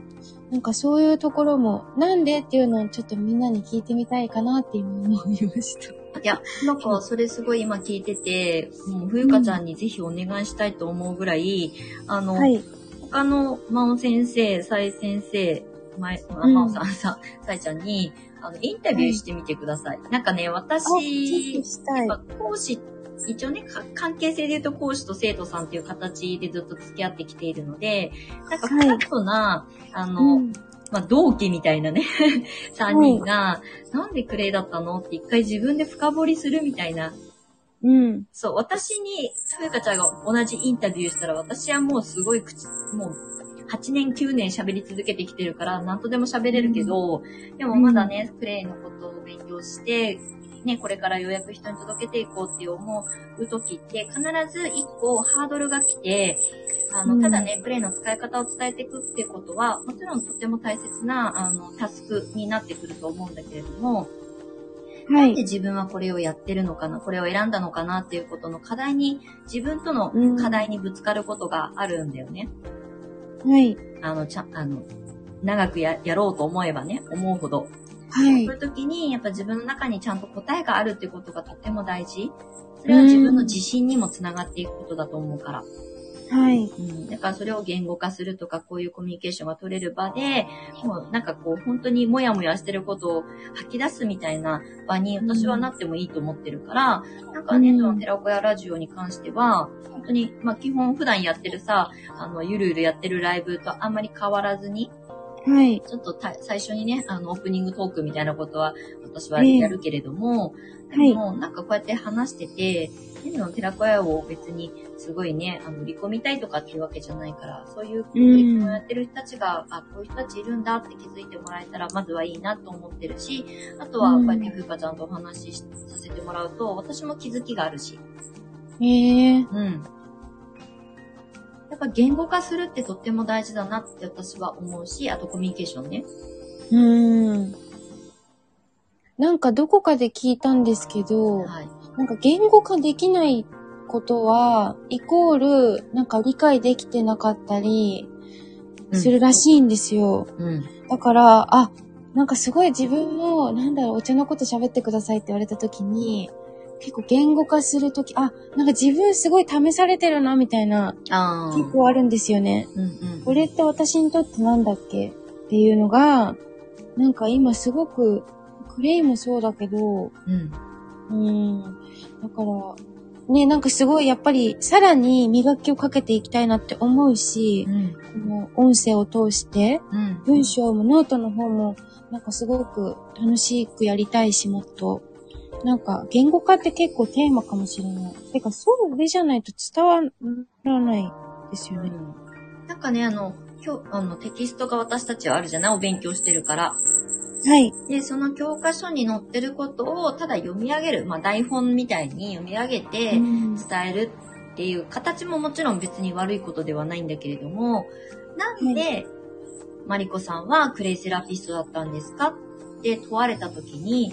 なんかそういうところも、なんでっていうのをちょっとみんなに聞いてみたいかなって今思いました。 いや、なんかそれすごい今聞いてて、もう冬香ちゃんにぜひお願いしたいと思うぐらい、うん、あの、はい、他の真央先生、さえ先生、ま、真央さんさ、さえちゃんに、あの、インタビューしてみてください。はい、なんかね、私、やっぱ講師、一応ね、関係性で言うと講師と生徒さんっていう形でずっと付き合ってきているので、なんかフラットな、はい、あの、うんまあ、同期みたいなね、さんにんが、うん、なんでクレイだったのって一回自分で深掘りするみたいな。うん。そう、私に、ふうかちゃんが同じインタビューしたら、私はもうすごい口、もう、はちねんきゅうねん喋り続けてきてるから、なんとでも喋れるけど、うん、でもまだね、クレイのことを勉強して、ね、これからようやく人に届けていこうって思う時って、必ず一個ハードルが来て、あの、ただね、クレイの使い方を伝えていくってことは、もちろんとても大切な、あの、タスクになってくると思うんだけれども、はい。なんで自分はこれをやってるのかな、これを選んだのかなっていうことの課題に、自分との課題にぶつかることがあるんだよね。はい。あの、ちゃ、あの、長くや、やろうと思えばね、思うほど。はい。そういう時に、やっぱ自分の中にちゃんと答えがあるってことがとても大事。それは自分の自信にもつながっていくことだと思うから。はい。うん。だからそれを言語化するとか、こういうコミュニケーションが取れる場で、もうなんかこう、本当にもやもやしてることを吐き出すみたいな場に私はなってもいいと思ってるから、うん、なんかね、その寺子屋ラジオに関しては、本当に、まあ基本普段やってるさ、あの、ゆるゆるやってるライブとあんまり変わらずに、はい。ちょっとた最初にね、あの、オープニングトークみたいなことは、私はやるけれども、えー、でも、なんかこうやって話してて、ね、の寺子屋を別にすごいね、あの、売り込みたいとかっていうわけじゃないから、そういう取り組みをやってる人たちが、あ、こういう人たちいるんだって気づいてもらえたら、まずはいいなと思ってるし、あとは、こうやってふうかちゃんとお話しさせてもらうと、私も気づきがあるし。へえー。うん。やっぱ言語化するってとっても大事だなって私は思うし、あとコミュニケーションね。うーん。 なんかどこかで聞いたんですけど、はい、なんか言語化できないことは、イコール、なんか理解できてなかったりするらしいんですよ。うん、だから、あ、なんかすごい自分も、なんだろう、お茶のこと喋ってくださいって言われた時に、結構言語化するとき、あ、なんか自分すごい試されてるな、みたいな、結構あるんですよね。うんうん、これって私にとってなんだっけっていうのが、なんか今すごく、クレイもそうだけど、うん。うん。だから、ね、なんかすごいやっぱりさらに磨きをかけていきたいなって思うし、うん、この音声を通して、うん、文章もノートの方もなんかすごく楽しくやりたいし、もっと。なんか言語化って結構テーマかもしれない。てかそうでじゃないと伝わらないですよね。 うん、なんかね、あの、今日、あの、テキストが私たちはあるじゃない？お勉強してるから。はい。で、その教科書に載ってることをただ読み上げる。まあ、台本みたいに読み上げて伝えるっていう形ももちろん別に悪いことではないんだけれども、なんで、はい、マリコさんはクレイセラピストだったんですかって問われたときに、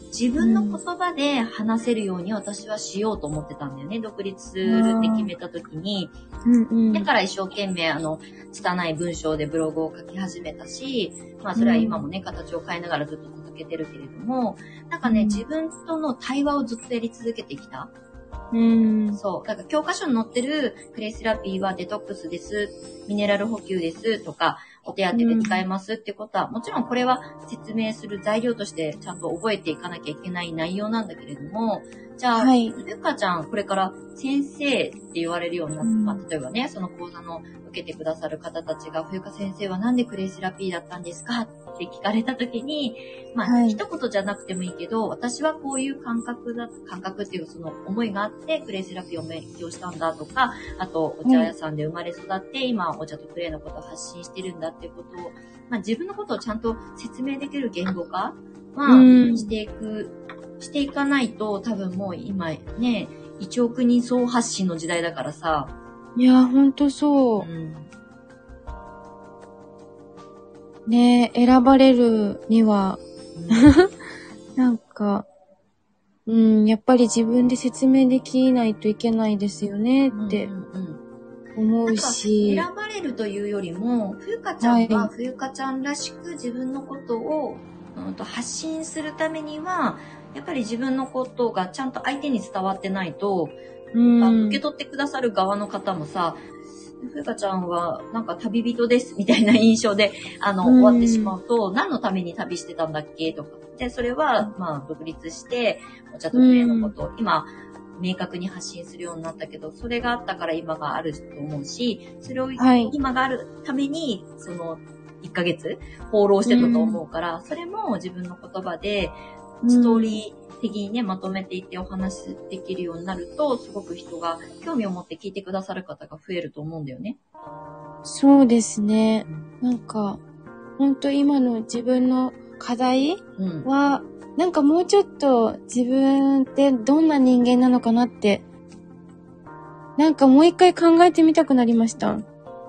自分の言葉で話せるように私はしようと思ってたんだよね。独立するって決めた時に。うんうん、だから一生懸命、あの、拙い文章でブログを書き始めたし、まあそれは今もね、形を変えながらずっと続けてるけれども、なんかね、自分との対話をずっとやり続けてきた。うん、そう。だから教科書に載ってるクレイセラピーはデトックスです、ミネラル補給ですとか、お手当で使えますってことは、もちろんこれは説明する材料としてちゃんと覚えていかなきゃいけない内容なんだけれども、じゃあ、はい、ゆかちゃん、これから先生って言われるようになって、まあ、例えばね、その講座の受けてくださる方たちが、冬香先生はなんでクレイセラピーだったんですかって聞かれたときに、まあ、はい、一言じゃなくてもいいけど、私はこういう感覚だ、感覚っていうその思いがあって、クレイセラピーを勉強したんだとか、あと、お茶屋さんで生まれ育って、今、お茶とクレイのことを発信してるんだっていうことを、まあ、自分のことをちゃんと説明できる言語化は、していく、していかないと、多分もう今ね、いちおく人総発信の時代だからさ。 いや、ほんとそう。うん、ねえ、選ばれるには、うん、なんか、うん、やっぱり自分で説明できないといけないですよねって思うし。 選ばれるというよりも、冬香ちゃんは冬香ちゃんらしく自分のことを、うん、と発信するためには、やっぱり自分のことがちゃんと相手に伝わってないと、うん、受け取ってくださる側の方もさ、ふうかちゃんはなんか旅人ですみたいな印象で、あの、終わってしまうと、何のために旅してたんだっけとか。で、それは、まあ、独立して、お茶とクレイのことを今、明確に発信するようになったけど、それがあったから今があると思うし、それを今があるために、その、いっかげつ放浪してたと思うから、それも自分の言葉で、ストーリー的にね、まとめていってお話できるようになると、すごく人が興味を持って聞いてくださる方が増えると思うんだよね。 そうですね。なんか、ほんと今の自分の課題は、うん、なんかもうちょっと自分ってどんな人間なのかなって、なんかもう一回考えてみたくなりました。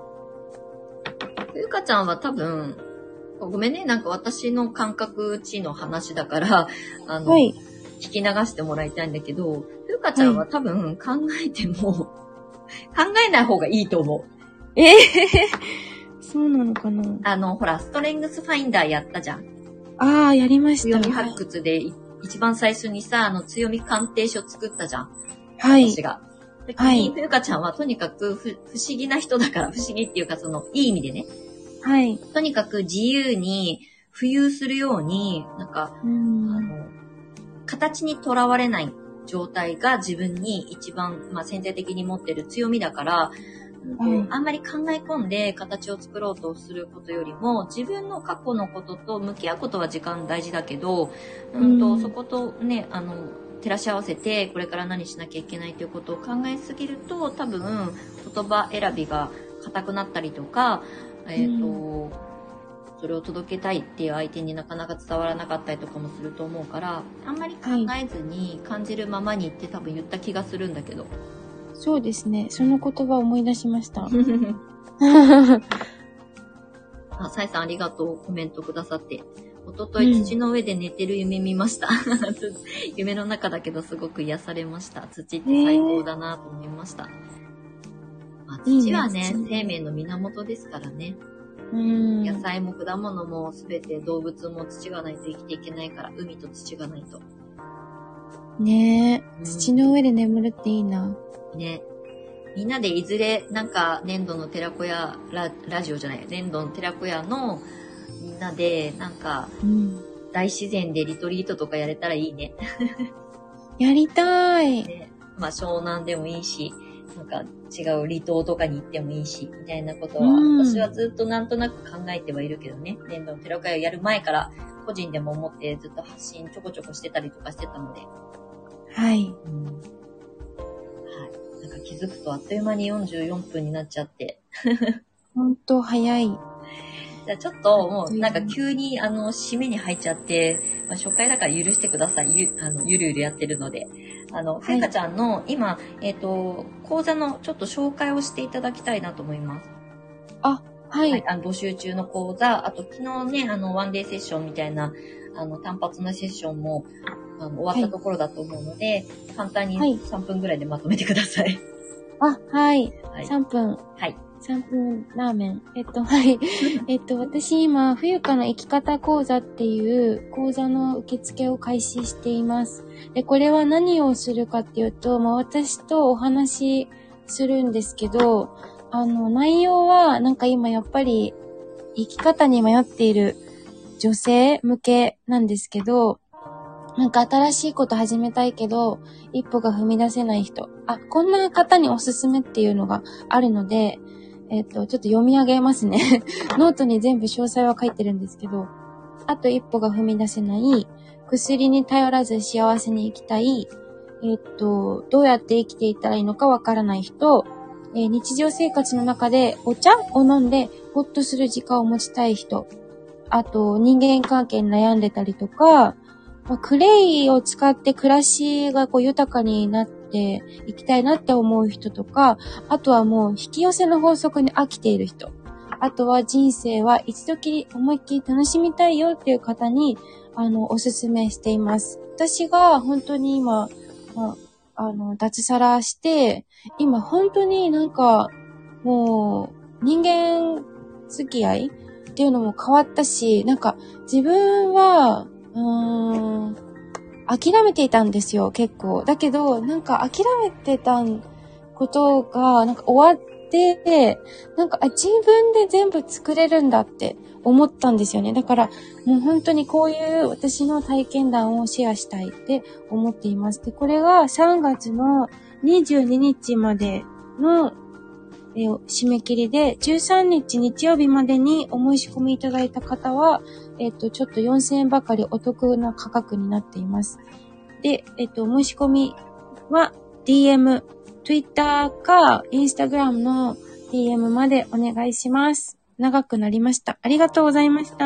ゆかちゃんは多分、ごめんね、なんか私の感覚値の話だから、あの、はい、聞き流してもらいたいんだけど、ゆかちゃんは多分考えても、はい、考えない方がいいと思う。 ええー、そうなのかな。 あの、ほら、ストレングスファインダーやったじゃん。 ああ、やりました。 強み発掘で、はい、一番最初にさ、あの、強み鑑定書作ったじゃん。 はい。 私が。で、はい。ゆかちゃんはとにかく不、不思議な人だから、不思議っていうかその、いい意味でね。 はい。 とにかく自由に浮遊するように、なんか、うんあの形にとらわれない状態が自分に一番、まあ、潜在的に持ってる強みだから、うん、あんまり考え込んで形を作ろうとすることよりも、自分の過去のことと向き合うことは時間大事だけど、うんと、そことね、あの、照らし合わせてこれから何しなきゃいけないということを考えすぎると、多分言葉選びが硬くなったりとか、えっと、うん、それを届けたいっていう相手になかなか伝わらなかったりとかもすると思うから、あんまり考えずに感じるままにって多分言った気がするんだけど。 そうですね。その言葉を思い出しました。 あ、サイさんありがとう。コメントくださって。おととい土の上で寝てる夢見ました。うん、夢の中だけどすごく癒されました。土って最高だなと思いました。まあ、土はね、いいね、生命の源ですからね。うん、野菜も果物もすべて動物も土がないと生きていけないから、海と土がないと。 ねえ、うん、土の上で眠るっていいな。 ね。みんなでいずれなんか粘土の寺子屋 ラ, ラジオじゃない粘土の寺子屋のみんなでなんか、うん、大自然でリトリートとかやれたらいいね。 やりたい、 ね、まあ湘南でもいいし、なんか違う離島とかに行ってもいいし、みたいなことは、うん、私はずっとなんとなく考えてはいるけどね。粘土の寺子屋をやる前から個人でも思ってずっと発信ちょこちょこしてたりとかしてたので。 はい。 うん、はい。なんか気づくとあっという間によんじゅうよんぷんになっちゃって。 ほんと早い。 じゃあちょっともうなんか急にあの締めに入っちゃって、まあ、初回だから許してください。ゆあのゆるゆるやってるので。あの、ふうかちゃんの今、えっと、講座のちょっと紹介をしていただきたいなと思います。 あ、はい。はい、 あの募集中の講座、あと昨日ね、あの、ワンデーセッションみたいな、あの、単発のセッションもあの終わったところだと思うので、はい、簡単にさんぷんぐらいでまとめてください。 あ、はい。はい、さんぷん。 はい。 さんぷんラーメン。えっと、はい。えっと、私今、冬香の生き方講座っていう講座の受付を開始しています。で、これは何をするかっていうと、まあ私とお話しするんですけど、あの、内容はなんか今やっぱり生き方に迷っている女性向けなんですけど、なんか新しいこと始めたいけど、一歩が踏み出せない人。あ、こんな方におすすめっていうのがあるので、えっと、ちょっと読み上げますね。ノートに全部詳細は書いてるんですけど、あと一歩が踏み出せない、薬に頼らず幸せに生きたい、えっと、どうやって生きていったらいいのかわからない人、えー、日常生活の中でお茶を飲んでほっとする時間を持ちたい人、あと人間関係に悩んでたりとか、まあ、クレイを使って暮らしがこう豊かになっていきたいなって思う人とか、あとはもう引き寄せの法則に飽きている人、あとは人生は一度きり思いっきり楽しみたいよっていう方にあのおすすめしています。私が本当に今、まあ、あの脱サラして今本当になんかもう人間付き合いっていうのも変わったし、なんか自分はうーん諦めていたんですよ、結構。だけど、なんか諦めてたことが、なんか終わって、なんか、あ、自分で全部作れるんだって思ったんですよね。だから、もう本当にこういう私の体験談をシェアしたいって思っています。で、これがさんがつのにじゅうににちまでのえー、締め切りで、じゅうさんにち日曜日までにお申し込みいただいた方は、えっと、ちょっとよんせんえんばかりお得な価格になっています。で、えっと、お申し込みは ディーエム、Twitter か Instagram の ディーエム までお願いします。長くなりました。ありがとうございました。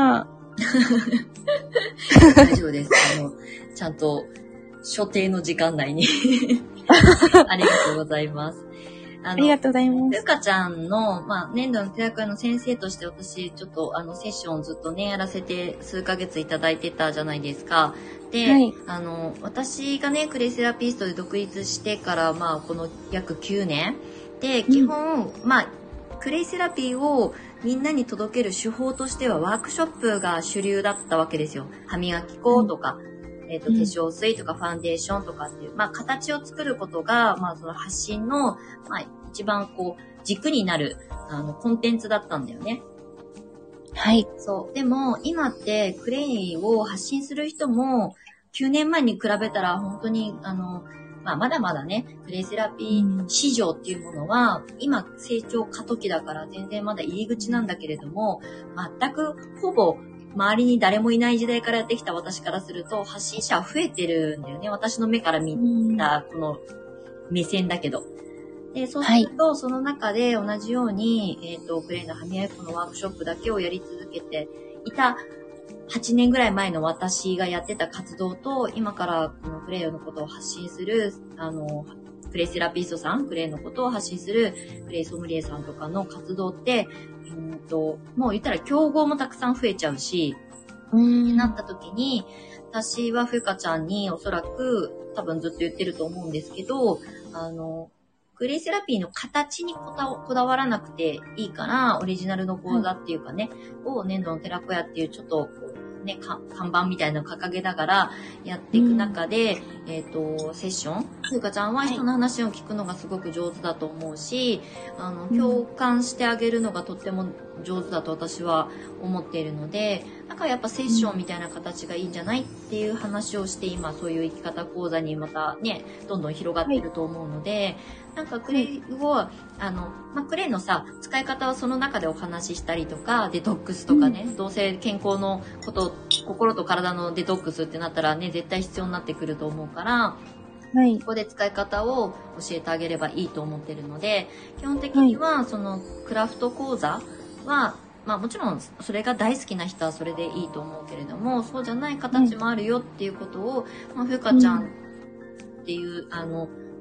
大丈夫です。あの、ちゃんと所定の時間内にありがとうございます。 ありがとうございます。 ふうかちゃんの、まあ、年度の寺子屋の先生として私、ちょっとあの、セッションをずっとね、やらせて数ヶ月いただいてたじゃないですか。で、はい、あの、私がね、クレイセラピストで独立してから、まあ、この約きゅうねんで、基本、うん、まあ、クレイセラピーをみんなに届ける手法としてはワークショップが主流だったわけですよ。歯磨き粉とか、うん、えっと、化粧水とかファンデーションとかっていう、まあ、形を作ることが、まあ、その発信の、まあ、一番こう、軸になる、あの、コンテンツだったんだよね。 はい。 そう。でも、今って、クレイを発信する人も、きゅうねんまえに比べたら、本当に、あの、まあ、まだまだね、クレイセラピー市場っていうものは、今、成長過渡期だから、全然まだ入り口なんだけれども、全く、ほぼ、周りに誰もいない時代からやってきた私からすると、発信者は増えてるんだよね。私の目から見た、この目線だけど。で、そうすると、はい、その中で同じように、えっと、クレイの歯磨き粉のワークショップだけをやり続けていたはちねんぐらい前の私がやってた活動と、今からこのクレイのことを発信する、あの、クレイセラピストさん、クレイのことを発信するクレイソムリエさんとかの活動って、うんと、もう言ったら競合もたくさん増えちゃうし、うーんなった時に、私はふうかちゃんにおそらく多分ずっと言ってると思うんですけど、あの、クレイセラピーの形にこだ、こだわらなくていいから、オリジナルの講座っていうかね、はい、を年度の寺子屋っていうちょっと、ね、看板みたいなのを掲げながらやっていく中で、うん、えっと、セッション、ふうかちゃんは人の話を聞くのがすごく上手だと思うし、あの、共感してあげるのがとっても上手だと私は思っているので、だからやっぱセッションみたいな形がいいんじゃないっていう話をして、今そういう生き方講座にまたね、どんどん広がっていると思うので、なんかクレイを、あの、まあ、クレイのさ、使い方はその中でお話ししたりとか、デトックスとかね、うん、どうせ健康のこと、心と体のデトックスってなったらね、絶対必要になってくると思うから、はい、ここで使い方を教えてあげればいいと思ってるので、基本的にはそのクラフト講座は、まあもちろんそれが大好きな人はそれでいいと思うけれども、そうじゃない形もあるよっていうことを、まあ、ふうかちゃんっていう、あの、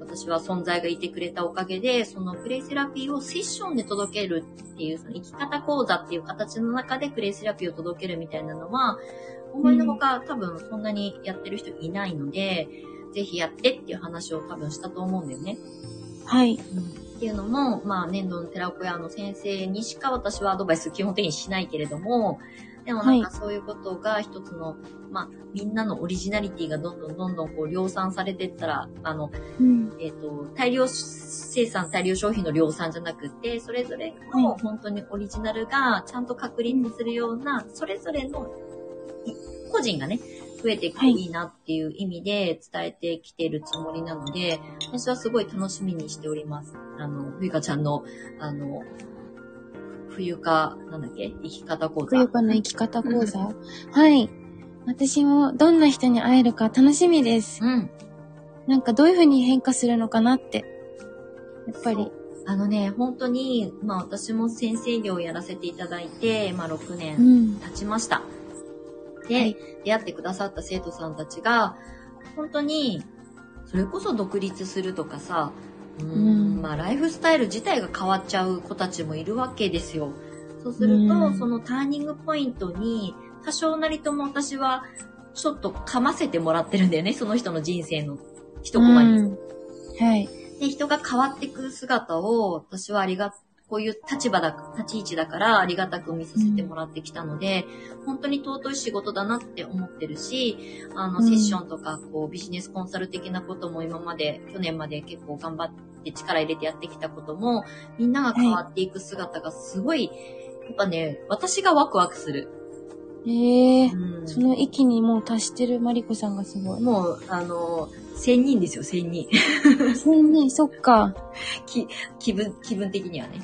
私は存在がいてくれたおかげで、そのプレイセラピーをセッションで届けるっていう、その生き方講座っていう形の中でプレイセラピーを届けるみたいなのは、思いのほか多分そんなにやってる人いないので、ぜひやってっていう話を多分したと思うんだよね。 はい。 うん、っていうのも、まあ、粘土の寺子屋の先生にしか私はアドバイス基本的にしないけれども、でもなんかそういうことが一つの、はい、まあ、みんなのオリジナリティがどんどんどんどんこう量産されていったら、あの、うん、えっと、大量生産、大量消費の量産じゃなくて、それぞれの本当にオリジナルがちゃんと確立するような、それぞれの個人がね、増えていくといいなっていう意味で伝えてきているつもりなので、私はすごい楽しみにしております。あの、ふゆかちゃんの、あの、冬か、なんだっけ生き方講座。 冬かの生き方講座はい。私もどんな人に会えるか楽しみです。うん。なんかどういう風に変化するのかなって。やっぱり。 あのね、本当に、まあ私も先生業をやらせていただいて、まあろくねん経ちました。うん、で、はい、出会ってくださった生徒さんたちが、本当に、それこそ独立するとかさ、うーん、うん、まあライフスタイル自体が変わっちゃう子たちもいるわけですよ。そうすると、うん、そのターニングポイントに多少なりとも私はちょっと噛ませてもらってるんだよね。その人の人生の一コマに、うん。 はい。 で、人が変わっていく姿を私はありがこういう立場だ、立ち位置だからありがたく見させてもらってきたので、うん、本当に尊い仕事だなって思ってるし、あの、うん、セッションとか、こう、ビジネスコンサル的なことも今まで、去年まで結構頑張って力入れてやってきたことも、みんなが変わっていく姿がすごい、はい、やっぱね、私がワクワクする。 へえー、うん、その域にもう達してるマリコさんがすごい。 もう、あの、千人ですよ、千人。 千人、そっか。 き、気分、気分的にはね。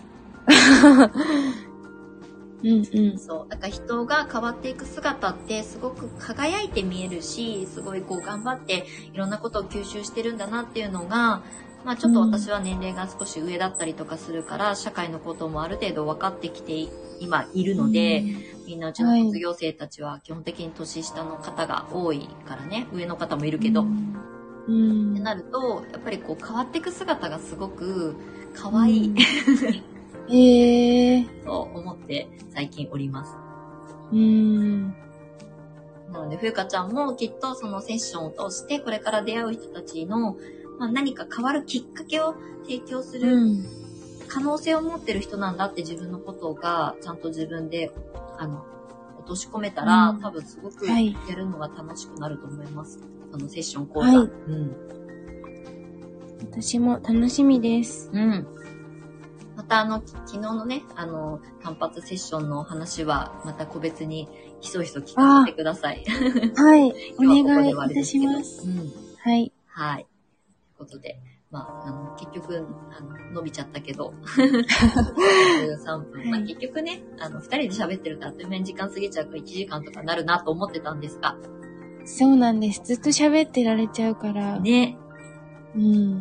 うんうん。 そう。だから人が変わっていく姿ってすごく輝いて見えるし、すごいこう頑張っていろんなことを吸収してるんだなっていうのが、まあちょっと私は年齢が少し上だったりとかするから、うん、社会のこともある程度分かってきて今いるので、うん、みんなうちの卒業生たちは基本的に年下の方が多いからね、上の方もいるけど、うんうん、ってなると、やっぱりこう変わっていく姿がすごく可愛い。うんへえー。 そう思って最近おります。 うーん。 なので、ふゆかちゃんもきっとそのセッションを通してこれから出会う人たちの、まあ、何か変わるきっかけを提供する可能性を持ってる人なんだって自分のことがちゃんと自分であの落とし込めたら、うん、多分すごくやるのが楽しくなると思います。そのセッション講座。はい、うん。 私も楽しみです。 うん。またあの、昨日のね、あの、単発セッションの話は、また個別にひそひそ聞かせてください。 はい。お願いいたします。 うん、 はい。 はい。ということで、まあ、あの、結局、あの、伸びちゃったけど、じゅうさんぷん。まあ、結局ね、あの、ふたりで喋ってるとあっという間に時間過ぎちゃうからいちじかんとかなるなと思ってたんですが。 そうなんです。ずっと喋ってられちゃうから。 ね。 うん。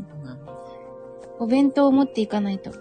そうなんです。お弁当を持っていかないと。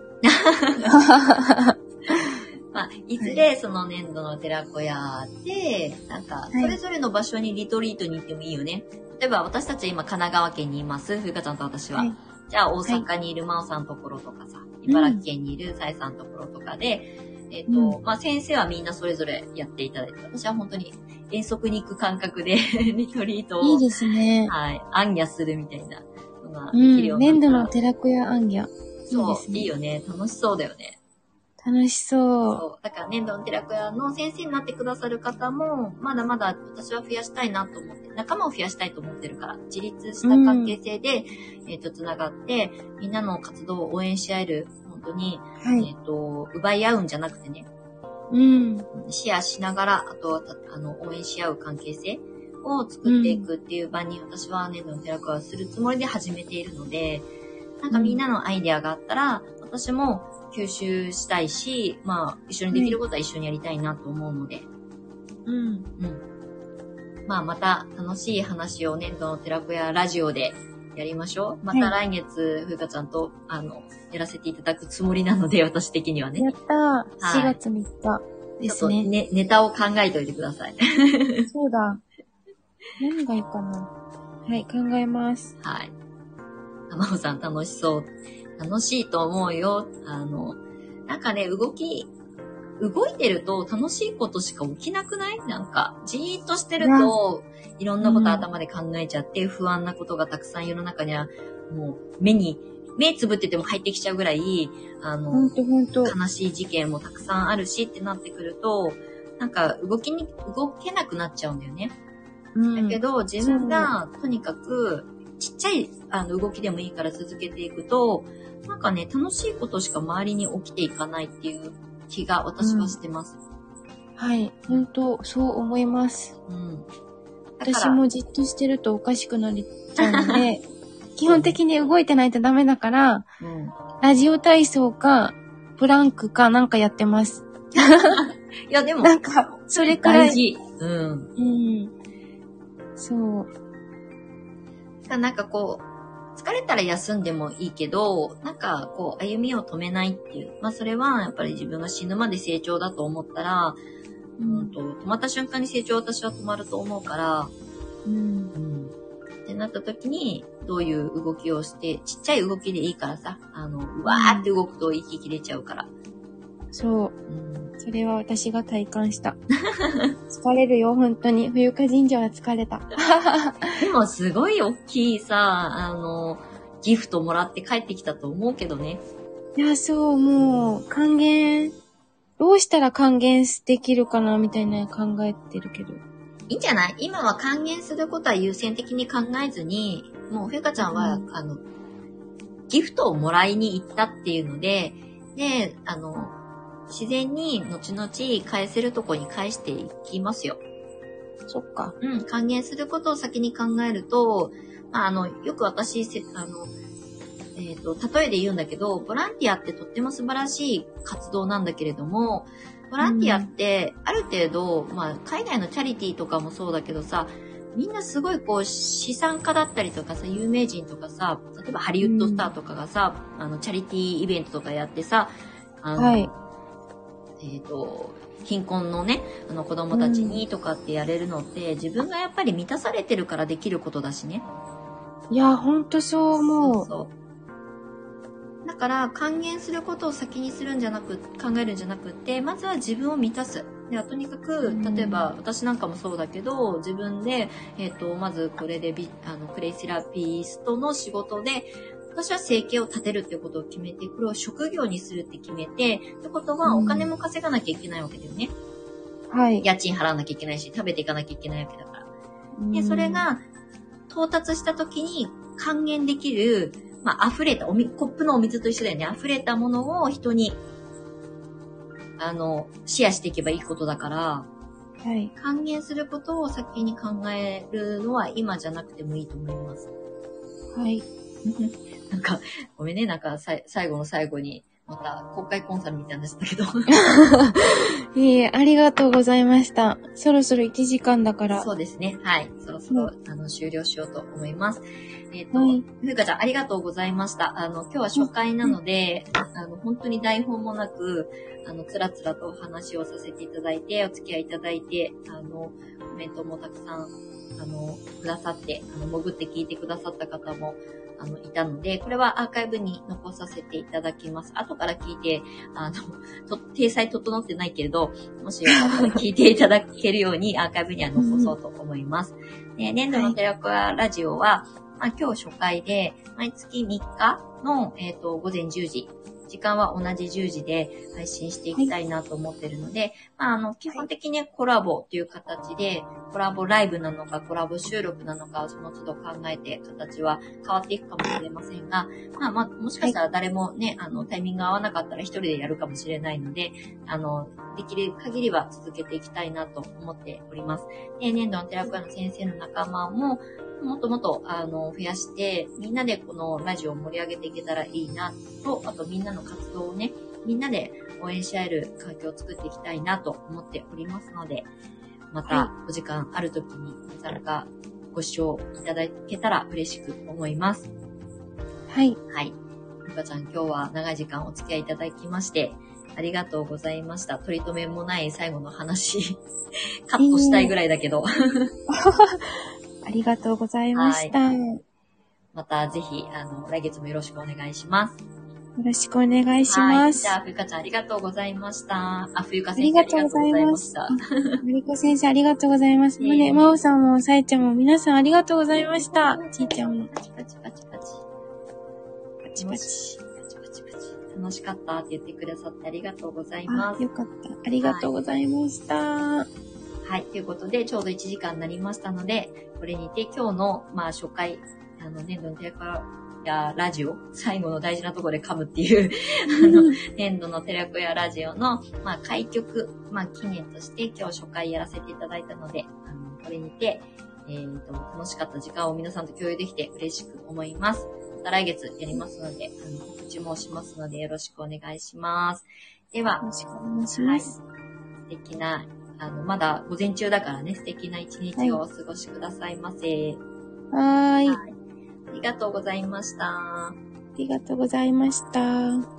まあ、いずれその粘土の寺子屋で、なんか、それぞれの場所にリトリートに行ってもいいよね。例えば私たちは今神奈川県にいます。ふゆかちゃんと私は。はい、じゃあ大阪にいる真央さんのところとかさ、はい、茨城県にいるさえさんのところとかで、うん、えっ、ー、と、うん、まあ先生はみんなそれぞれやっていただいて、私は本当に遠足に行く感覚でリトリートを。 いいですね。 はい。暗夜するみたいなのができるようになった。うん、粘土の寺子屋暗夜。 そう、いいですね。いいよね。楽しそうだよね。 楽しそう。 そう。だから、粘土の寺子屋の先生になってくださる方も、まだまだ私は増やしたいなと思って、仲間を増やしたいと思ってるから、自立した関係性で、うん、えっと、つながって、みんなの活動を応援し合える、本当に、はい、えっと、奪い合うんじゃなくてね、 うん。 シェアしながら、あとは、あの、応援し合う関係性を作っていくっていう場に、私は粘土の寺子屋をするつもりで始めているので、なんかみんなのアイデアがあったら、私も吸収したいし、まあ、一緒にできることは一緒にやりたいなと思うので。 うん。うん。 まあ、また楽しい話を粘土の寺子屋ラジオでやりましょう。また来月、ふゆかちゃんと、あの、やらせていただくつもりなので、私的にはね。 やったー。しがつみっかですね。 ちょっとね、ネタを考えておいてください。 そうだ。何がいいかな。はい、考えます。 はい。 まおさん楽しそう。楽しいと思うよ。あの、なんかね、動き、動いてると楽しいことしか起きなくない？なんか、じーっとしてると、いろんなこと頭で考えちゃって、不安なことがたくさん世の中には、もう、目に、目つぶってても入ってきちゃうぐらい、あの、 ほんとほんと。 悲しい事件もたくさんあるしってなってくると、なんか動きに、動けなくなっちゃうんだよね。うん、だけど、自分がとにかく、ちっちゃいあの動きでもいいから続けていくと、なんかね、楽しいことしか周りに起きていかないっていう気が私はしてます。 うん、はい、ほんと、そう思います。うん、私もじっとしてるとおかしくなっちゃうので、基本的に動いてないとダメだから、うん、ラジオ体操か、プランクかなんかやってます。 いや、でも、 なんか、それくらい。 大事。うん。うん。 そう。 なんかこう、疲れたら休んでもいいけど、なんかこう、歩みを止めないっていう。まあそれはやっぱり自分が死ぬまで成長だと思ったら、うんと、止まった瞬間に成長私は止まると思うから、うん。うん、ってなった時に、どういう動きをして、ちっちゃい動きでいいからさ、あの、わーって動くと息切れちゃうから。 そう。うん、それは私が体感した。疲れるよ、本当に。冬香神社は疲れた。 でもすごい大きいさ、あの、ギフトもらって帰ってきたと思うけどね。 いや、そう、もう、還元、どうしたら還元できるかな、みたいな考えてるけど。 いいんじゃない？今は還元することは優先的に考えずに、もう、ふゆかちゃんは、うん、あの、ギフトをもらいに行ったっていうので、で、あの、自然に後々返せるとこに返していきますよ。 そっか。 うん、還元することを先に考えると、まあ、あの、よく私、あの、えっと、例えで言うんだけど、ボランティアってとっても素晴らしい活動なんだけれども、ボランティアって、ある程度、うん、まあ、海外のチャリティーとかもそうだけどさ、みんなすごいこう、資産家だったりとかさ、有名人とかさ、例えばハリウッドスターとかがさ、うん、あの、チャリティーイベントとかやってさ、あの、はい、えっと、貧困のね、あの子供たちにとかってやれるのって、うん、自分がやっぱり満たされてるからできることだしね。 いや、ほんとそう思う。そうそう。 だから、還元することを先にするんじゃなく、考えるんじゃなくって、まずは自分を満たす。では、とにかく、例えば、私なんかもそうだけど、自分で、えっと、まずこれでビ、あの、クレイセラピストの仕事で、私は生計を立てるってことを決めて、これを職業にするって決めて、ってことはお金も稼がなきゃいけないわけだよね。 はい。 家賃払わなきゃいけないし、食べていかなきゃいけないわけだから。で、それが到達した時に還元できる、まあ、溢れたおみ、コップのお水と一緒だよね。溢れたものを人に、あの、シェアしていけばいいことだから、 はい。 還元することを先に考えるのは今じゃなくてもいいと思います。 はい。 なんか、ごめんね、なんかさい、最後の最後に、また公開コンサルみたいな話だけど。 いえいえ、ありがとうございました。そろそろいちじかんだから。 そうですね。はい。そろそろ、うん、あの終了しようと思います。えっと、はい、ふうかちゃん、ありがとうございました。あの、今日は初回なので、うん、あの、本当に台本もなく、あの、つらつらとお話をさせていただいて、お付き合いいただいて、あの、コメントもたくさん、あの、くださって、あの、潜って聞いてくださった方も、あの、いたので、これはアーカイブに残させていただきます。後から聞いて、あの、と、体裁整ってないけれど、もしよかったら聞いていただけるようにアーカイブには残そうと思います。で、年度の寺子屋ラジオは、まあ、今日初回で、毎月みっかの、えっと、午前じゅうじ、時間は同じじゅうじで配信していきたいなと思ってるので、はい、まあ、あの、基本的にコラボという形で、コラボライブなのか、コラボ収録なのか、その都度考えて形は変わっていくかもしれませんが、まあ、まあ、もしかしたら誰もね、はい、あの、タイミングが合わなかったら一人でやるかもしれないので、あの、できる限りは続けていきたいなと思っております。で、年度の寺子屋の先生の仲間も、もっともっと、あの、増やして、みんなでこのラジオを盛り上げていけたらいいなと、あとみんなの活動をね、みんなで応援し合える環境を作っていきたいなと思っておりますので、またお時間あるときに参加ご視聴いただけたら嬉しく思います。 はい。 はい。ゆかちゃん、今日は長い時間お付き合いいただきまして、ありがとうございました。取り留めもない最後の話、カットしたいぐらいだけど。 ありがとうございました。 またぜひ、あの、来月もよろしくお願いします。 よろしくお願いします。 じゃあ、冬香ちゃんありがとうございました。あ、冬香先生ありがとうございました。 マリコ先生ありがとうございます。もうね、まおさんもさえちゃんも皆さんありがとうございました。ちーちゃんも。 パチパチパチパチ。パチパチ。パチパチパチ。楽しかったって言ってくださってありがとうございます。 よかった。ありがとうございました。はい、 はい、ということで、ちょうどいちじかんになりましたので、これにて今日の、まあ、初回、あの、年度のテレコヤラジオ、最後の大事なところで噛むっていう、あの、年度のテレコヤラジオの、まあ、開局、まあ、記念として今日初回やらせていただいたので、あの、これにて、えーと、楽しかった時間を皆さんと共有できて嬉しく思います。また来月やりますので、あの、告知もしますのでよろしくお願いします。では、 よろしくお願いします。 はい、素敵な、あの、まだ午前中だからね、素敵な一日をお過ごしくださいませ。 はい。 はい。ありがとうございました。 ありがとうございました。